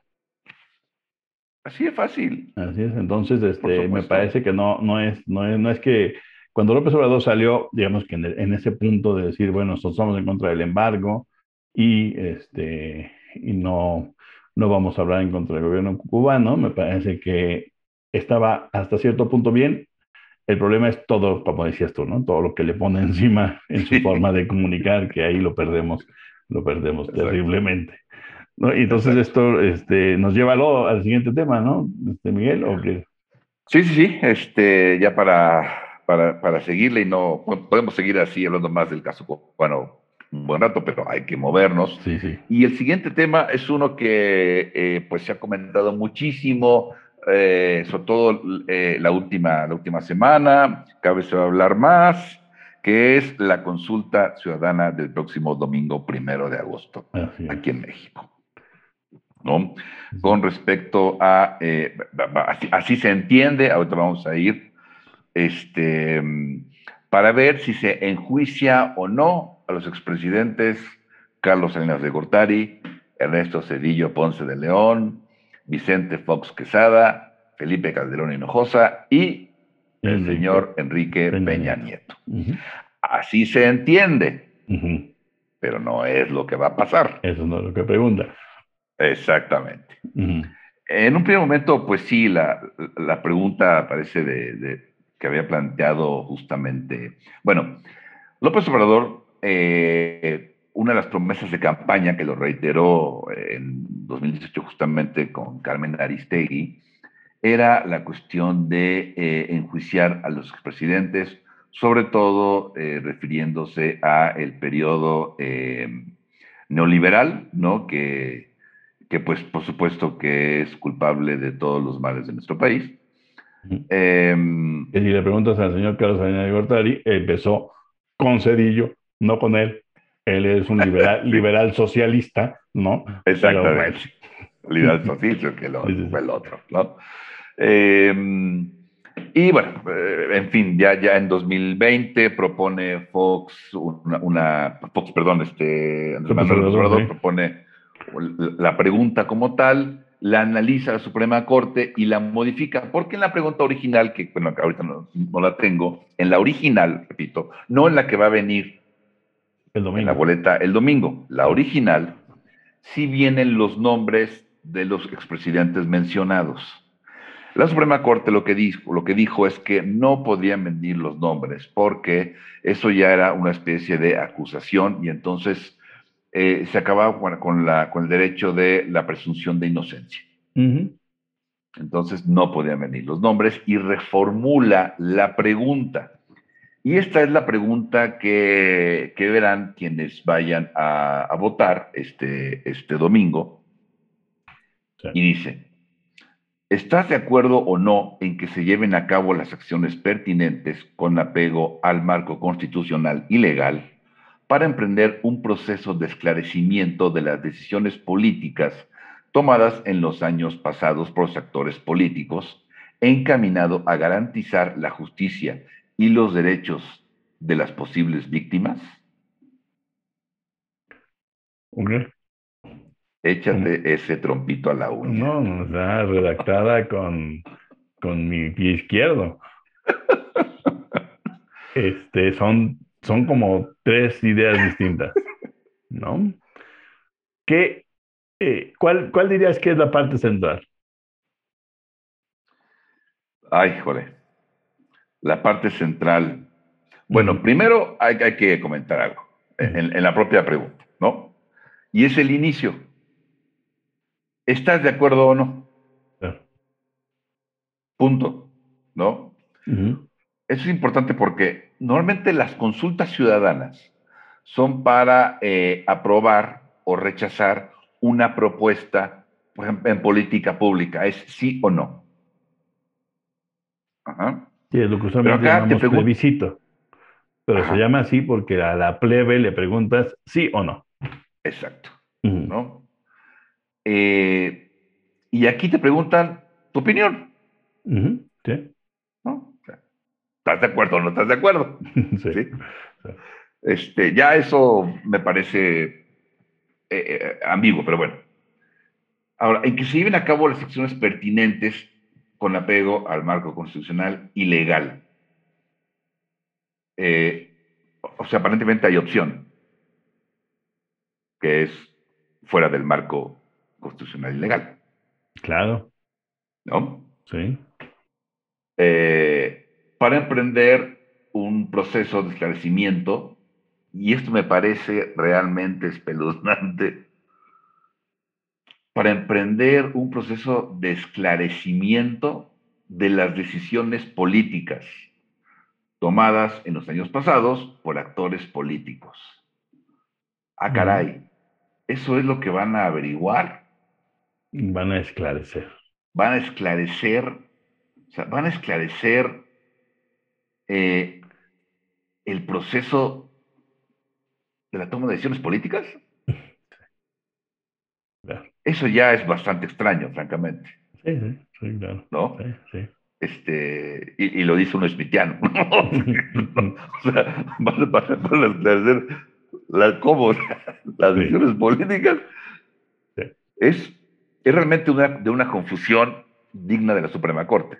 así de fácil, Así es. Entonces, por me supuesto. parece que no es que cuando López Obrador salió, digamos que en ese punto de decir, bueno, nosotros estamos en contra del embargo y no vamos a hablar en contra del gobierno cubano, me parece que estaba hasta cierto punto bien. El problema es todo, como decías tú, ¿no? Todo lo que le pone encima en su forma Sí, de comunicar, que ahí lo perdemos exacto, terriblemente, ¿no? Y entonces exacto. esto, nos lleva al siguiente tema, ¿no? Miguel, ¿o qué? Sí, sí, sí, ya para seguirle y no, podemos seguir así hablando más del caso cubano un buen rato, pero hay que movernos. Sí, sí. Y el siguiente tema es uno que pues se ha comentado muchísimo, sobre todo la última semana, cada vez se va a hablar más, que es la consulta ciudadana del próximo domingo 1 de agosto, Así es. aquí en México, ¿no? Sí, Con sí. respecto a, así se entiende, ahorita vamos a ir, este, para ver si se enjuicia o no a los expresidentes Carlos Salinas de Gortari, Ernesto Zedillo Ponce de León, Vicente Fox Quesada, Felipe Calderón Hinojosa y el Enrique señor Enrique Peña Peña Nieto. Nieto. Ujú, Así se entiende, ujú. pero no es lo que va a pasar. Eso no es lo que pregunta. Exactamente. Ujú, En un primer momento, pues sí, la pregunta parece que había planteado justamente, bueno, López Obrador, una de las promesas de campaña que lo reiteró en 2018 justamente con Carmen Aristegui, era la cuestión de enjuiciar a los expresidentes, sobre todo refiriéndose a el periodo neoliberal, ¿no? Que pues por supuesto que es culpable de todos los males de nuestro país. ujú. Eh, Que si le preguntas al señor Carlos Salinas de Gortari, empezó con Cedillo, no con él. Él es un liberal, sí, liberal socialista, ¿no? Pero bueno. exactamente. Líder Soficio, que Sí, sí, fue sí. el otro, ¿no? Eh, y bueno, en fin, ya en 2020 propone Fox Fox, perdón, Andrés López Manuel López Obrador, Obrador sí. propone la pregunta como tal, la analiza la Suprema Corte y la modifica, porque en la pregunta original, que bueno, que ahorita no la tengo, en la original, repito, no en la que va a venir El en la domingo. boleta el domingo, la Sí. original, sí vienen los nombres de los expresidentes mencionados. La Suprema Corte lo que dijo es que no podían venir los nombres porque eso ya era una especie de acusación y entonces se acababa con el derecho de la presunción de inocencia. Ujú. Entonces no podían venir los nombres y reformula la pregunta. Y esta es la pregunta que verán quienes vayan a votar este domingo. Sí. Y dice, ¿estás de acuerdo o no en que se lleven a cabo las acciones pertinentes con apego al marco constitucional y legal para emprender un proceso de esclarecimiento de las decisiones políticas tomadas en los años pasados por los actores políticos, encaminado a garantizar la justicia y los derechos de las posibles víctimas? Ok. ¿Cómo? Échate ese trompito a la uña. No, no, está redactada con mi pie izquierdo. Son como tres ideas distintas, ¿no? ¿Cuál dirías que es la parte central? Ay, joder, la parte central. Ujú, Bueno, primero hay que comentar algo ujú. en la propia pregunta, ¿no? Y es el inicio. ¿Estás de acuerdo o no? Claro. Punto, ¿no? Ujú. Eso es importante porque normalmente las consultas ciudadanas son para aprobar o rechazar una propuesta, por ejemplo, en política pública, es sí o no. Ajá. Sí, es lo que Pero usualmente acá te llamamos pregunto, plebiscito, pero se ajá, llama así porque a la plebe le preguntas sí o no. exacto, Ujú, ¿no? Eh, y aquí te preguntan tu opinión, ujú, sí, ¿no? O sea, ¿estás de acuerdo o no estás de acuerdo? sí, ¿Sí? sí. Ya eso me parece ambiguo, pero bueno. Ahora, en que se lleven a cabo las acciones pertinentes con apego al marco constitucional y legal. Eh, o sea, aparentemente hay opción, que es fuera del marco constitucional y legal, Claro, ¿no? sí. Para emprender un proceso de esclarecimiento, y esto me parece realmente espeluznante, para emprender un proceso de esclarecimiento de las decisiones políticas tomadas en los años pasados por actores políticos. Ah, Ujú. caray, eso es lo que van a averiguar, Van a esclarecer. van a esclarecer, o sea, van a esclarecer eh, el proceso de la toma de decisiones políticas. Claro. Eso ya es bastante extraño, francamente, Sí, sí, sí, claro. Sí, ¿no? sí. Y lo dice uno esmitiano, ¿no? O sea, van a esclarecer cómo las Sí, decisiones políticas. sí. Es, es realmente de una confusión digna de la Suprema Corte.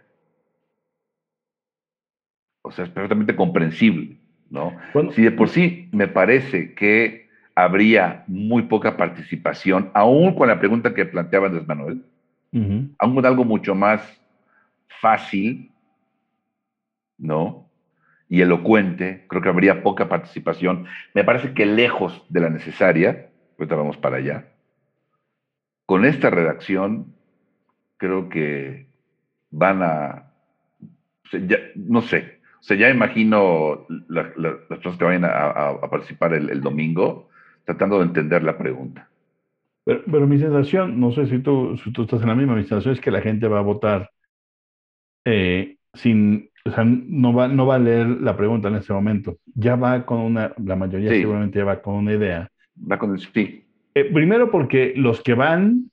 O sea, es perfectamente comprensible, ¿no? Bueno, Si de por sí me parece que habría muy poca participación, aún con la pregunta que planteaba Andrés Manuel, ujú. aún con algo mucho más fácil, ¿no? Y elocuente, creo que habría poca participación. Me parece que lejos de la necesaria, ahorita vamos para allá, con esta redacción creo que van a, o sea, no sé, o sea, ya imagino las personas que vayan a participar el domingo tratando de entender la pregunta. Pero mi sensación, no sé si tú estás en la misma, mi sensación es que la gente va a votar o sea, no va a leer la pregunta en ese momento. Ya va con la mayoría Sí, seguramente ya va con una idea. va con el sí, Primero porque los que van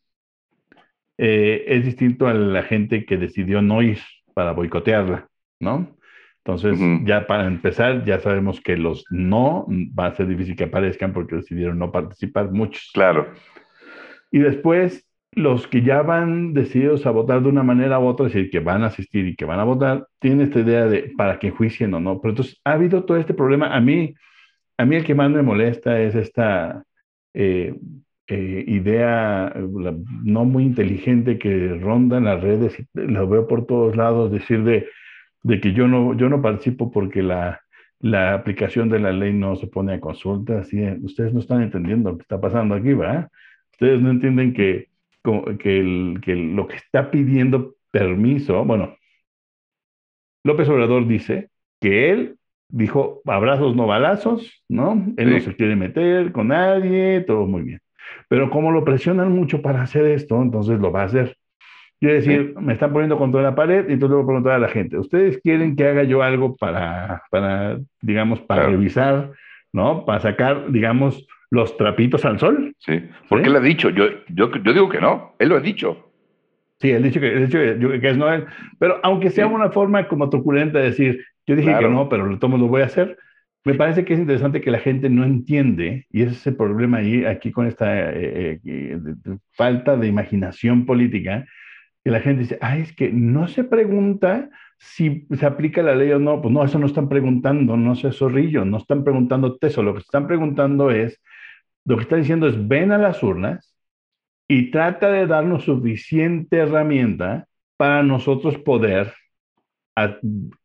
es distinto a la gente que decidió no ir para boicotearla, ¿no? Entonces, ujú, ya para empezar, ya sabemos que los no va a ser difícil que aparezcan porque decidieron no participar muchos. claro, Y después, los que ya van decididos a votar de una manera u otra, es decir, que van a asistir y que van a votar, tienen esta idea de para que enjuicien o no. Pero entonces, ha habido todo este problema. A mí el que más me molesta es esta eh, idea no muy inteligente que ronda en las redes y lo veo por todos lados, decir de que yo no participo porque la aplicación de la ley no se pone a consulta. Así, ustedes no están entendiendo lo que está pasando aquí, ¿verdad? Ustedes no entienden que lo que está pidiendo permiso, bueno, López Obrador dice que él dijo abrazos no balazos, ¿no? Él no se sí, quiere meter con nadie, todo muy bien. Pero como lo presionan mucho para hacer esto, entonces lo va a hacer. Quiere decir, sí, me están poniendo contra la pared y entonces le voy a preguntar a la gente, ¿ustedes quieren que haga yo algo digamos, para claro, revisar, ¿no? Para sacar, digamos, los trapitos al sol? sí, porque él ¿Sí? ha dicho, yo digo que no, él lo ha dicho, Sí, que es no él. Pero aunque sea sí, una forma como truculenta de decir, yo dije que no, claro, pero lo tomo, lo voy a hacer, me parece que es interesante que la gente no entiende, y ese es el problema ahí, aquí con esta falta de imaginación política, que la gente dice, es que no se pregunta si se aplica la ley o no. Pues no, eso no están preguntando, no sé, zorrillo, no están preguntando eso. Lo que están preguntando es, lo que están diciendo es, ven a las urnas y trata de darnos suficiente herramienta para nosotros poder, a-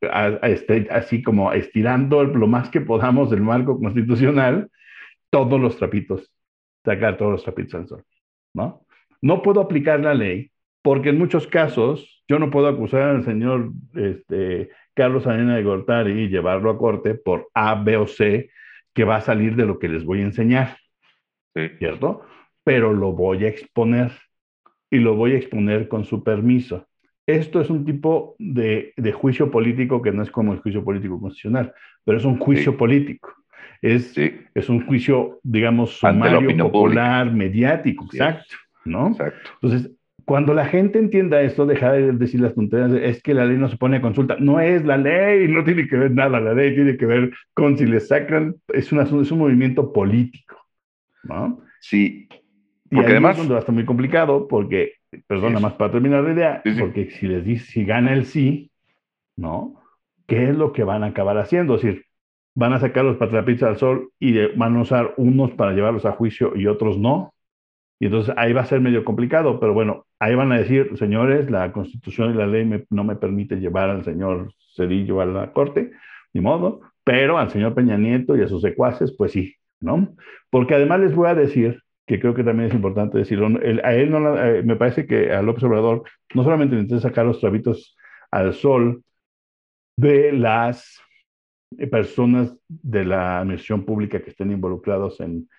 así como estirando lo más que podamos del marco constitucional, todos los trapitos, sacar todos los trapitos al sol, ¿no? No puedo aplicar la ley porque en muchos casos yo no puedo acusar al señor Carlos Salinas de Gortari y llevarlo a corte por A, B o C que va a salir de lo que les voy a enseñar, sí, ¿cierto? Pero lo voy a exponer y lo voy a exponer con su permiso. Esto es un tipo de juicio político que no es como el juicio político constitucional, pero es un juicio sí, político. Es, sí, es un juicio, digamos, ante la sumario, opinión pública, popular, mediático, así es, exacto, ¿no? exacto, Entonces, cuando la gente entienda esto, deja de decir las tonterías, es que la ley no se pone a consulta. No es la ley, no tiene que ver nada, la ley tiene que ver con si le sacan, es un movimiento político, ¿no? sí, Y porque ahí es además, donde va a estar muy complicado porque, así perdón, nada es, más para terminar la idea, sí, sí, porque si les dice, si gana el sí, ¿no? ¿Qué es lo que van a acabar haciendo? Es decir, van a sacar los patrapitos al sol y van a usar unos para llevarlos a juicio y otros no. Y entonces ahí va a ser medio complicado, pero bueno, ahí van a decir, señores, la Constitución y la ley no me permite llevar al señor Cedillo a la corte, ni modo, pero al señor Peña Nieto y a sus secuaces, pues sí, ¿no? Porque además les voy a decir, que creo que también es importante decirlo, a él no, me parece que a López Obrador no solamente le interesa sacar los trabitos al sol de las personas de la administración pública que estén involucrados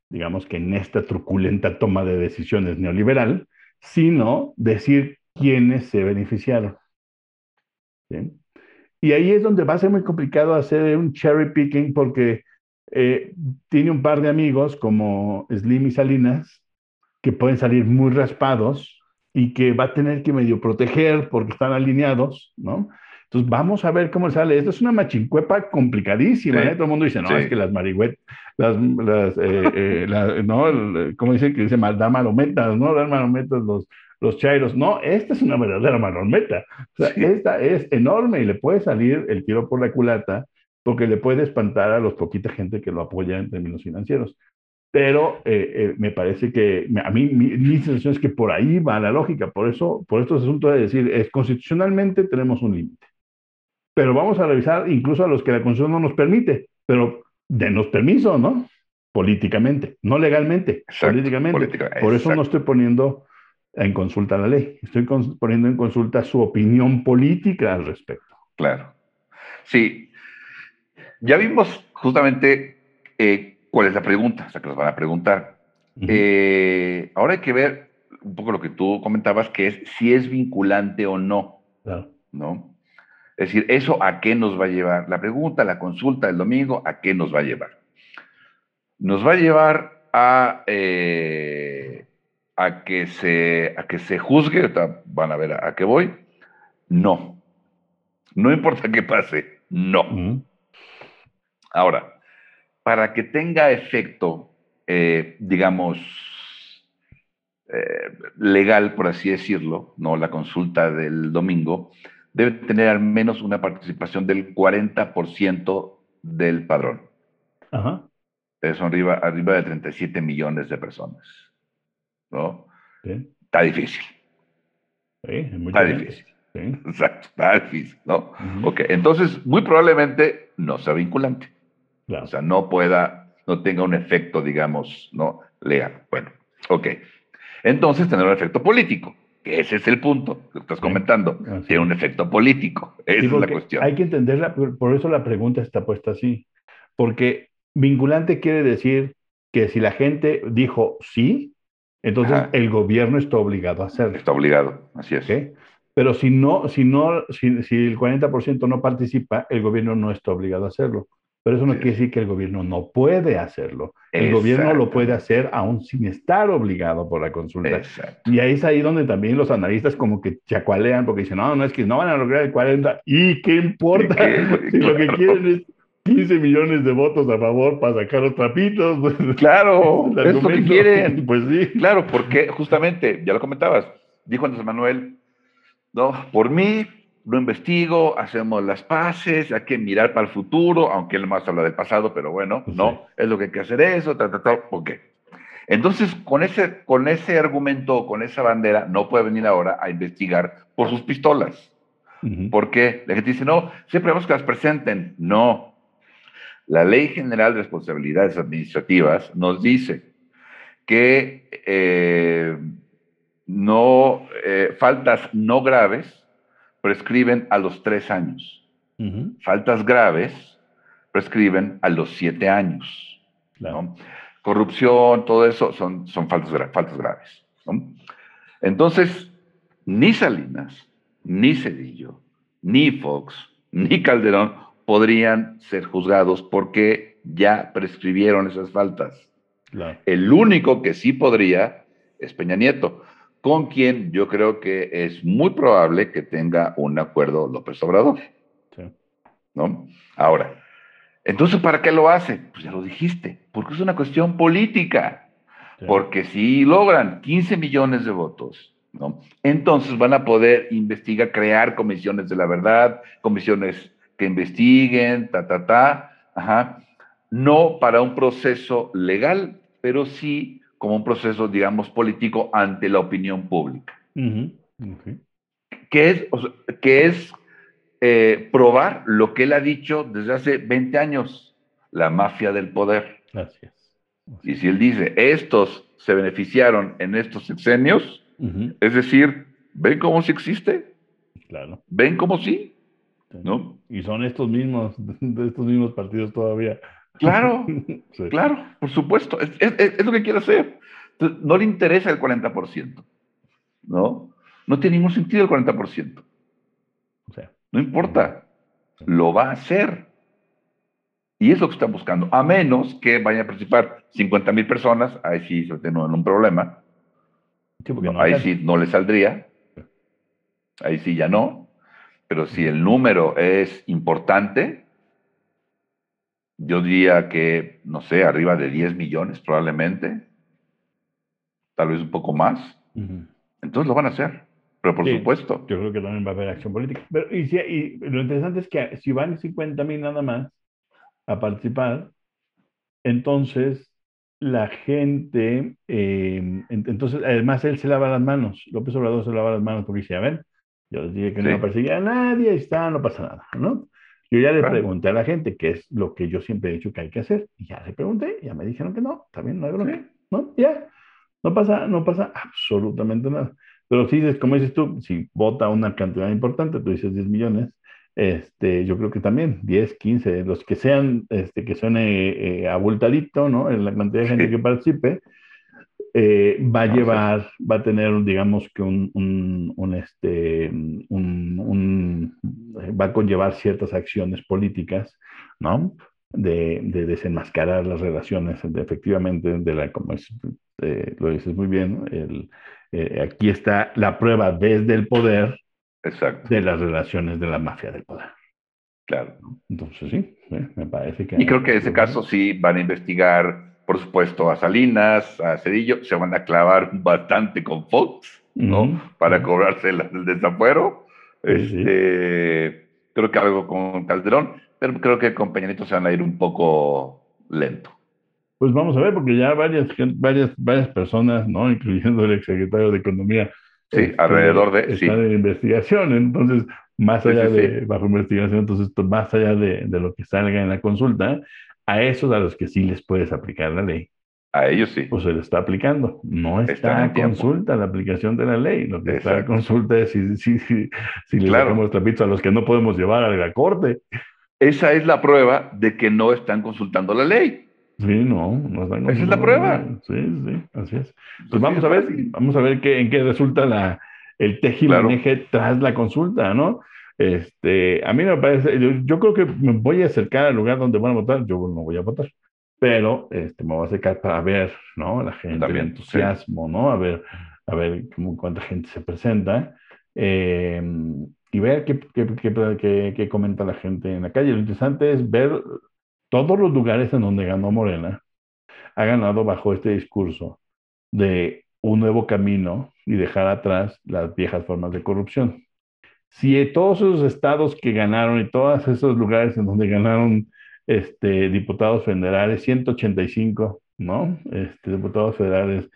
digamos que en esta truculenta toma de decisiones neoliberal, sino decir quiénes se beneficiaron. ¿Sí? Y ahí es donde va a ser muy complicado hacer un cherry picking porque eh, tiene un par de amigos como Slim y Salinas que pueden salir muy raspados y que va a tener que medio proteger porque están alineados, ¿no? Entonces vamos a ver cómo sale. Esta es una machincuepa complicadísima, ¿eh? Sí, Todo el mundo dice, no, es que sí, las marihuet, ¿no? ¿Cómo dicen que dice? Dar marometas, ¿no? Dar marometas los chairos. No, esta es una verdadera marometa. O sea, sí. esta es enorme y le puede salir el tiro por la culata porque le puede espantar a los poquita gente que lo apoya en términos financieros. Pero me parece que a mí mi sensación es que por ahí va la lógica. Por estos asuntos de decir, constitucionalmente tenemos un límite. Pero vamos a revisar incluso a los que la Constitución no nos permite. Pero denos permiso, ¿no? Políticamente, no legalmente, Exacto, políticamente. política, Por eso no exacto, estoy poniendo en consulta la ley. Estoy poniendo en consulta su opinión política al respecto. claro. Sí, ya vimos justamente cuál es la pregunta, o sea, que nos van a preguntar. Uh -huh. Ahora hay que ver un poco lo que tú comentabas, que es si es vinculante o no, Claro. ¿no? Es decir, ¿eso a qué nos va a llevar? La pregunta, la consulta del domingo, ¿a qué nos va a llevar? Nos va a llevar a que se juzgue, van a ver a qué voy. No, no importa qué pase, Uh no. -huh. Ahora, para que tenga efecto, digamos, legal, por así decirlo, no la consulta del domingo, debe tener al menos una participación del 40% del padrón. Ajá. Son arriba de 37 millones de personas, ¿no? Sí. Está difícil, Sí, hay está mucha gente. difícil. Sí. Exacto, está difícil, ¿no? Uh -huh. Ok, entonces muy probablemente no sea vinculante. O Claro. sea, no tenga un efecto, digamos, ¿no? Legal. Bueno, ok. Entonces tendrá un efecto político, que ese es el punto que estás Sí. comentando. Así Tiene un es. efecto político. Sí, Esa es la porque cuestión. hay que entenderla, por eso la pregunta está puesta así. Porque vinculante quiere decir que si la gente dijo sí, entonces Ajá. el gobierno está obligado a hacerlo, Está obligado. Así es. ¿ok? Pero si el 40% no participa, el gobierno no está obligado a hacerlo. Pero eso no Así es. quiere decir que el gobierno no puede hacerlo. El gobierno lo puede Exactamente. hacer aún sin estar obligado por la consulta. Exacto. Y ahí es ahí donde también los analistas como que chacualean porque dicen, no, no, es que no van a lograr el 40. ¿Y qué ¿Y importa? qué, güey? Si lo que quieren Claro. es 15 millones de votos a favor para sacar los trapitos, pues, ese es Claro, el es lo que argumento. quieren. Pues sí. Claro, porque justamente, ya lo comentabas, dijo Andrés Manuel, no, por mí, no investigo, hacemos las paces, hay que mirar para el futuro, aunque él más habla del pasado, pero bueno, Sí. no, es lo que hay que hacer eso, ok. Entonces, con ese argumento, con esa bandera, no puede venir ahora a investigar por sus pistolas. Ujú. ¿Por qué? La gente dice, no, siempre vamos que las presenten. No. La Ley General de Responsabilidades Administrativas nos dice que faltas no graves prescriben a los 3 años. Ujú. Faltas graves prescriben a los 7 años, Claro. ¿no? Corrupción, todo eso son faltas graves, ¿no? Entonces, ni Salinas, ni Cedillo, ni Fox, ni Calderón podrían ser juzgados porque ya prescribieron esas faltas. Claro. El único que sí podría es Peña Nieto, con quien yo creo que es muy probable que tenga un acuerdo López Obrador, Sí. ¿no? Ahora, entonces, ¿para qué lo hace? Pues ya lo dijiste, porque es una cuestión política. Sí. Porque si logran 15 millones de votos, ¿no? Entonces van a poder investigar, crear comisiones de la verdad, comisiones que investiguen, ajá. No para un proceso legal, pero sí como un proceso, digamos, político ante la opinión pública. Ujú. Ok. Que es, o sea, que es probar lo que él ha dicho desde hace 20 años, la mafia del poder. Así es. Así Y es. si él dice, estos se beneficiaron en estos sexenios, Ujú. es decir, ¿ven cómo sí existe? Claro. ¿Ven cómo sí? Sí. ¿No? Y son estos mismos, de estos mismos partidos todavía. Claro, Sí. claro, por supuesto. Es lo que quiere hacer. Entonces, no le interesa el 40%, ¿no? No tiene ningún sentido el 40%. O sea, No ujú, importa. Lo va a hacer. Y es lo que están buscando. A menos que vayan a participar 50,000 personas, ahí sí se meten en un problema. sí, porque No, no ahí alcanza. sí no le saldría. Ahí sí ya no. Pero si Ujú. el número es importante, yo diría que, no sé, arriba de 10 millones probablemente, tal vez un poco más. Ujú. Entonces lo van a hacer. Pero por Sí, supuesto. yo creo que también va a haber acción política. Pero, y lo interesante es que si van 50,000 nada más a participar, entonces la gente, entonces además él se lava las manos, López Obrador se lava las manos porque dice, a ver, yo les dije que no iba a Sí, perseguir a nadie, ahí está, no pasa nada, ¿no? Yo ya le claro. pregunté a la gente qué es lo que yo siempre he dicho que hay que hacer, y ya le pregunté, ya me dijeron que no, también no hay Sí, bronca, ¿no? Ya, no pasa absolutamente nada. Pero si dices, como dices tú, si vota una cantidad importante, tú dices 10 millones, yo creo que también 10, 15, los que sean, que suene abultadito, ¿no? En la cantidad de gente que sí. participe, va a Van a hacer. llevar, va a tener, digamos que va a conllevar ciertas acciones políticas, ¿no? De desenmascarar las relaciones, efectivamente, como lo dices muy bien, aquí está la prueba desde el poder Exacto, de las relaciones de la mafia del poder. claro. Entonces, sí, me parece Y creo que en que ese lo va. caso sí van a investigar, por supuesto, a Salinas, a Cedillo, se van a clavar bastante con Fox, ¿no? Ujú, Para sí, cobrarse el desafuero. sí, sí. Creo que algo con Calderón, pero creo que con Peña Nieto se van a ir un poco lento. Pues vamos a ver, porque ya varias personas, ¿no? Incluyendo el exsecretario de Economía, Sí, alrededor de, están sí, en investigación. Entonces, más sí, allá sí, de, sí, bajo investigación, entonces, más allá de lo que salga en la consulta, a esos a los que sí les puedes aplicar la ley, a ellos sí, pues se le está aplicando. No están está a en tiempo. consulta la aplicación de la ley. Lo que está a Exacto, consulta es si le sacamos claro. trapitos a los que no podemos llevar a la corte. Esa es la prueba de que no están consultando la ley. Sí, no están Esa es la consultando la prueba. ley. Sí, sí, así es. Pues Así de fácil. vamos a ver en qué resulta el Claro, tejimaneje tras la consulta, ¿no? A mí me parece, yo creo que me voy a acercar al lugar donde van a votar, yo no voy a votar, pero me voy a acercar para ver, ¿no? La yo gente, el también, sí. entusiasmo, ¿no? A ver cuánta gente se presenta, eh, y ver qué comenta la gente en la calle. Lo interesante es ver todos los lugares en donde ganó Morena ha ganado bajo este discurso de un nuevo camino y dejar atrás las viejas formas de corrupción. Si todos esos estados que ganaron y todos esos lugares en donde ganaron diputados federales, 185, ¿no? Diputados federales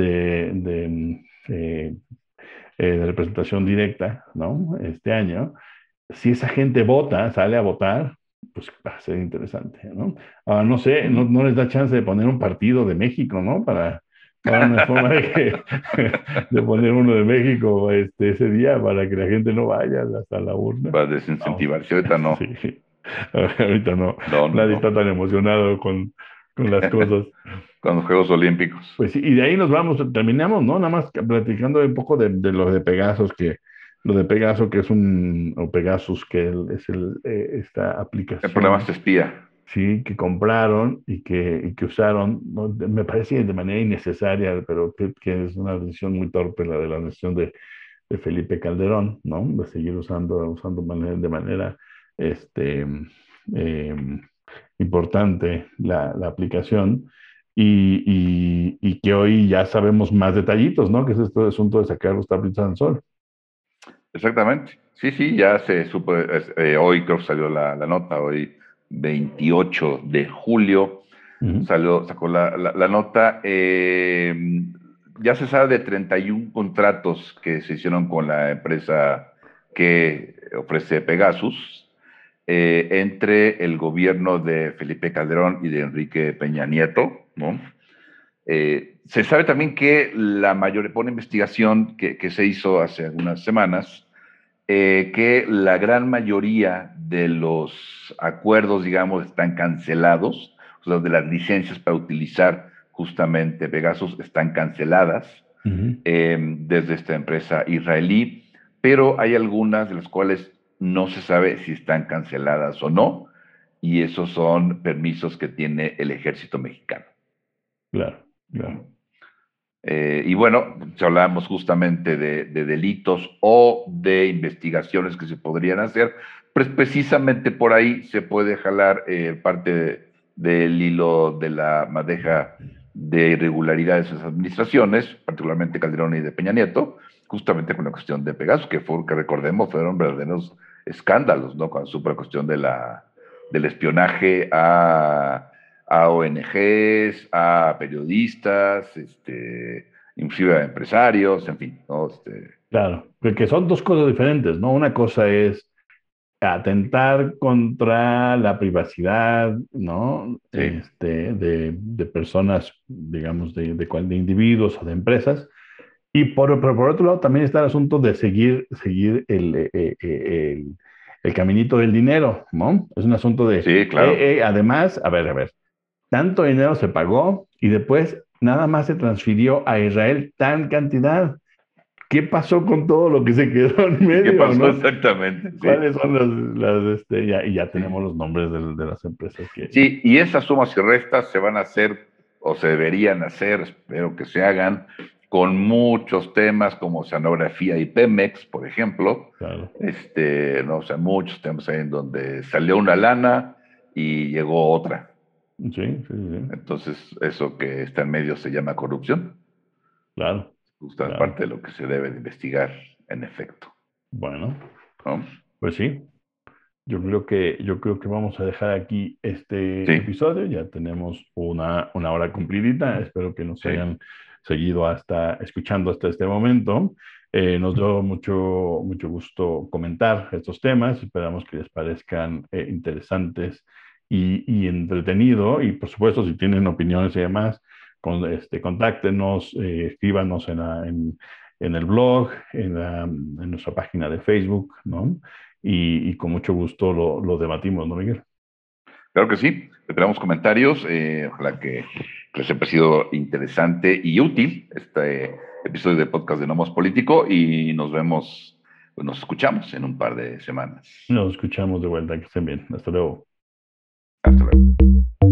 de representación directa, ¿no? Este año, si esa gente vota, sale a votar, pues va a ser interesante, ¿no? Ahora, no sé, Ujú. no les da chance de poner un partido de México, ¿no? Para una forma de poner uno de México ese día para que la gente no vaya hasta la urna. Para No, desincentivarse, ahorita no. sí. Ahorita no, No, no, nadie está no. tan emocionado con las cosas. Con los Juegos Olímpicos. Pues sí, y de ahí nos vamos, terminamos, ¿no? Nada más platicando un poco de lo de Pegasus, lo de Pegaso, que o Pegasus, que es esta El programa aplicación, se espía. sí, que compraron y que usaron, ¿no? Me parece de manera innecesaria, pero que es una decisión muy torpe la de la decisión de Felipe Calderón, ¿no? De seguir usando de manera, este, em, importante la aplicación y que hoy ya sabemos más detallitos, ¿no? Que es este asunto de sacar los tablets al sol. Exactamente. Sí, sí, ya se supo. Hoy creo que salió la nota, hoy 28 de julio Ujú, sacó la nota. Ya se sabe de 31 contratos que se hicieron con la empresa que ofrece Pegasus, entre el gobierno de Felipe Calderón y de Enrique Peña Nieto, ¿no? Se sabe también que por una investigación que se hizo hace algunas semanas, que la gran mayoría de los acuerdos, digamos, están cancelados donde las licencias para utilizar justamente Pegasus están canceladas desde esta empresa israelí, pero hay algunas de las cuales no se sabe si están canceladas o no, y esos son permisos que tiene el ejército mexicano. Claro, claro. Y bueno, si hablamos justamente de delitos o de investigaciones que se podrían hacer, pues precisamente por ahí se puede jalar parte del hilo de la madeja de irregularidades en esas administraciones, particularmente Calderón y de Peña Nieto, justamente con la cuestión de Pegasus, que recordemos, fueron verdaderos escándalos, ¿no? Con la cuestión del espionaje a ONGs, a periodistas, inclusive a empresarios, en fin, ¿no? Claro, porque son dos cosas diferentes, ¿no? Una cosa es atentar contra la privacidad, ¿no? Sí, De personas, digamos, de individuos o de empresas. Y pero por otro lado también está el asunto de seguir el caminito del dinero, ¿no? Es un asunto de, sí, claro. además, a ver, tanto dinero se pagó y después nada más se transfirió a Israel tan cantidad. ¿Qué pasó con todo lo que se quedó en ¿Y qué medio, pasó no? exactamente? Sí. ¿Cuáles son y ya Sí. tenemos los nombres de las empresas que... Sí, y esas sumas y restas se van a hacer o se deberían hacer, espero que se hagan, con muchos temas como oceanografía y Pemex, por ejemplo. Claro, No, o sea, muchos temas ahí en donde salió una lana y llegó otra. sí, sí, sí, Entonces, eso que está en medio se llama corrupción. claro, Justo es claro. parte de lo que se debe de investigar, en efecto, Bueno, ¿no? pues sí. Yo creo que vamos a dejar aquí este Sí, episodio. Ya tenemos una hora cumplidita. Espero que nos sí. hayan seguido escuchando hasta este momento. Nos dio mucho gusto comentar estos temas. Esperamos que les parezcan interesantes y entretenido. Y por supuesto, si tienen opiniones y demás, contáctenos, escríbanos en el blog, en nuestra página de Facebook, ¿no? Y con mucho gusto lo debatimos, ¿no, Miguel? Claro que sí. Esperamos comentarios. Ojalá que les haya parecido interesante y útil este episodio de podcast de Nomos Político y nos vemos, pues nos escuchamos en un par de semanas. Nos escuchamos de vuelta, que estén bien. Hasta luego. Hasta luego.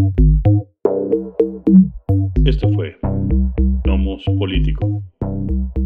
Esto fue Nomos Político.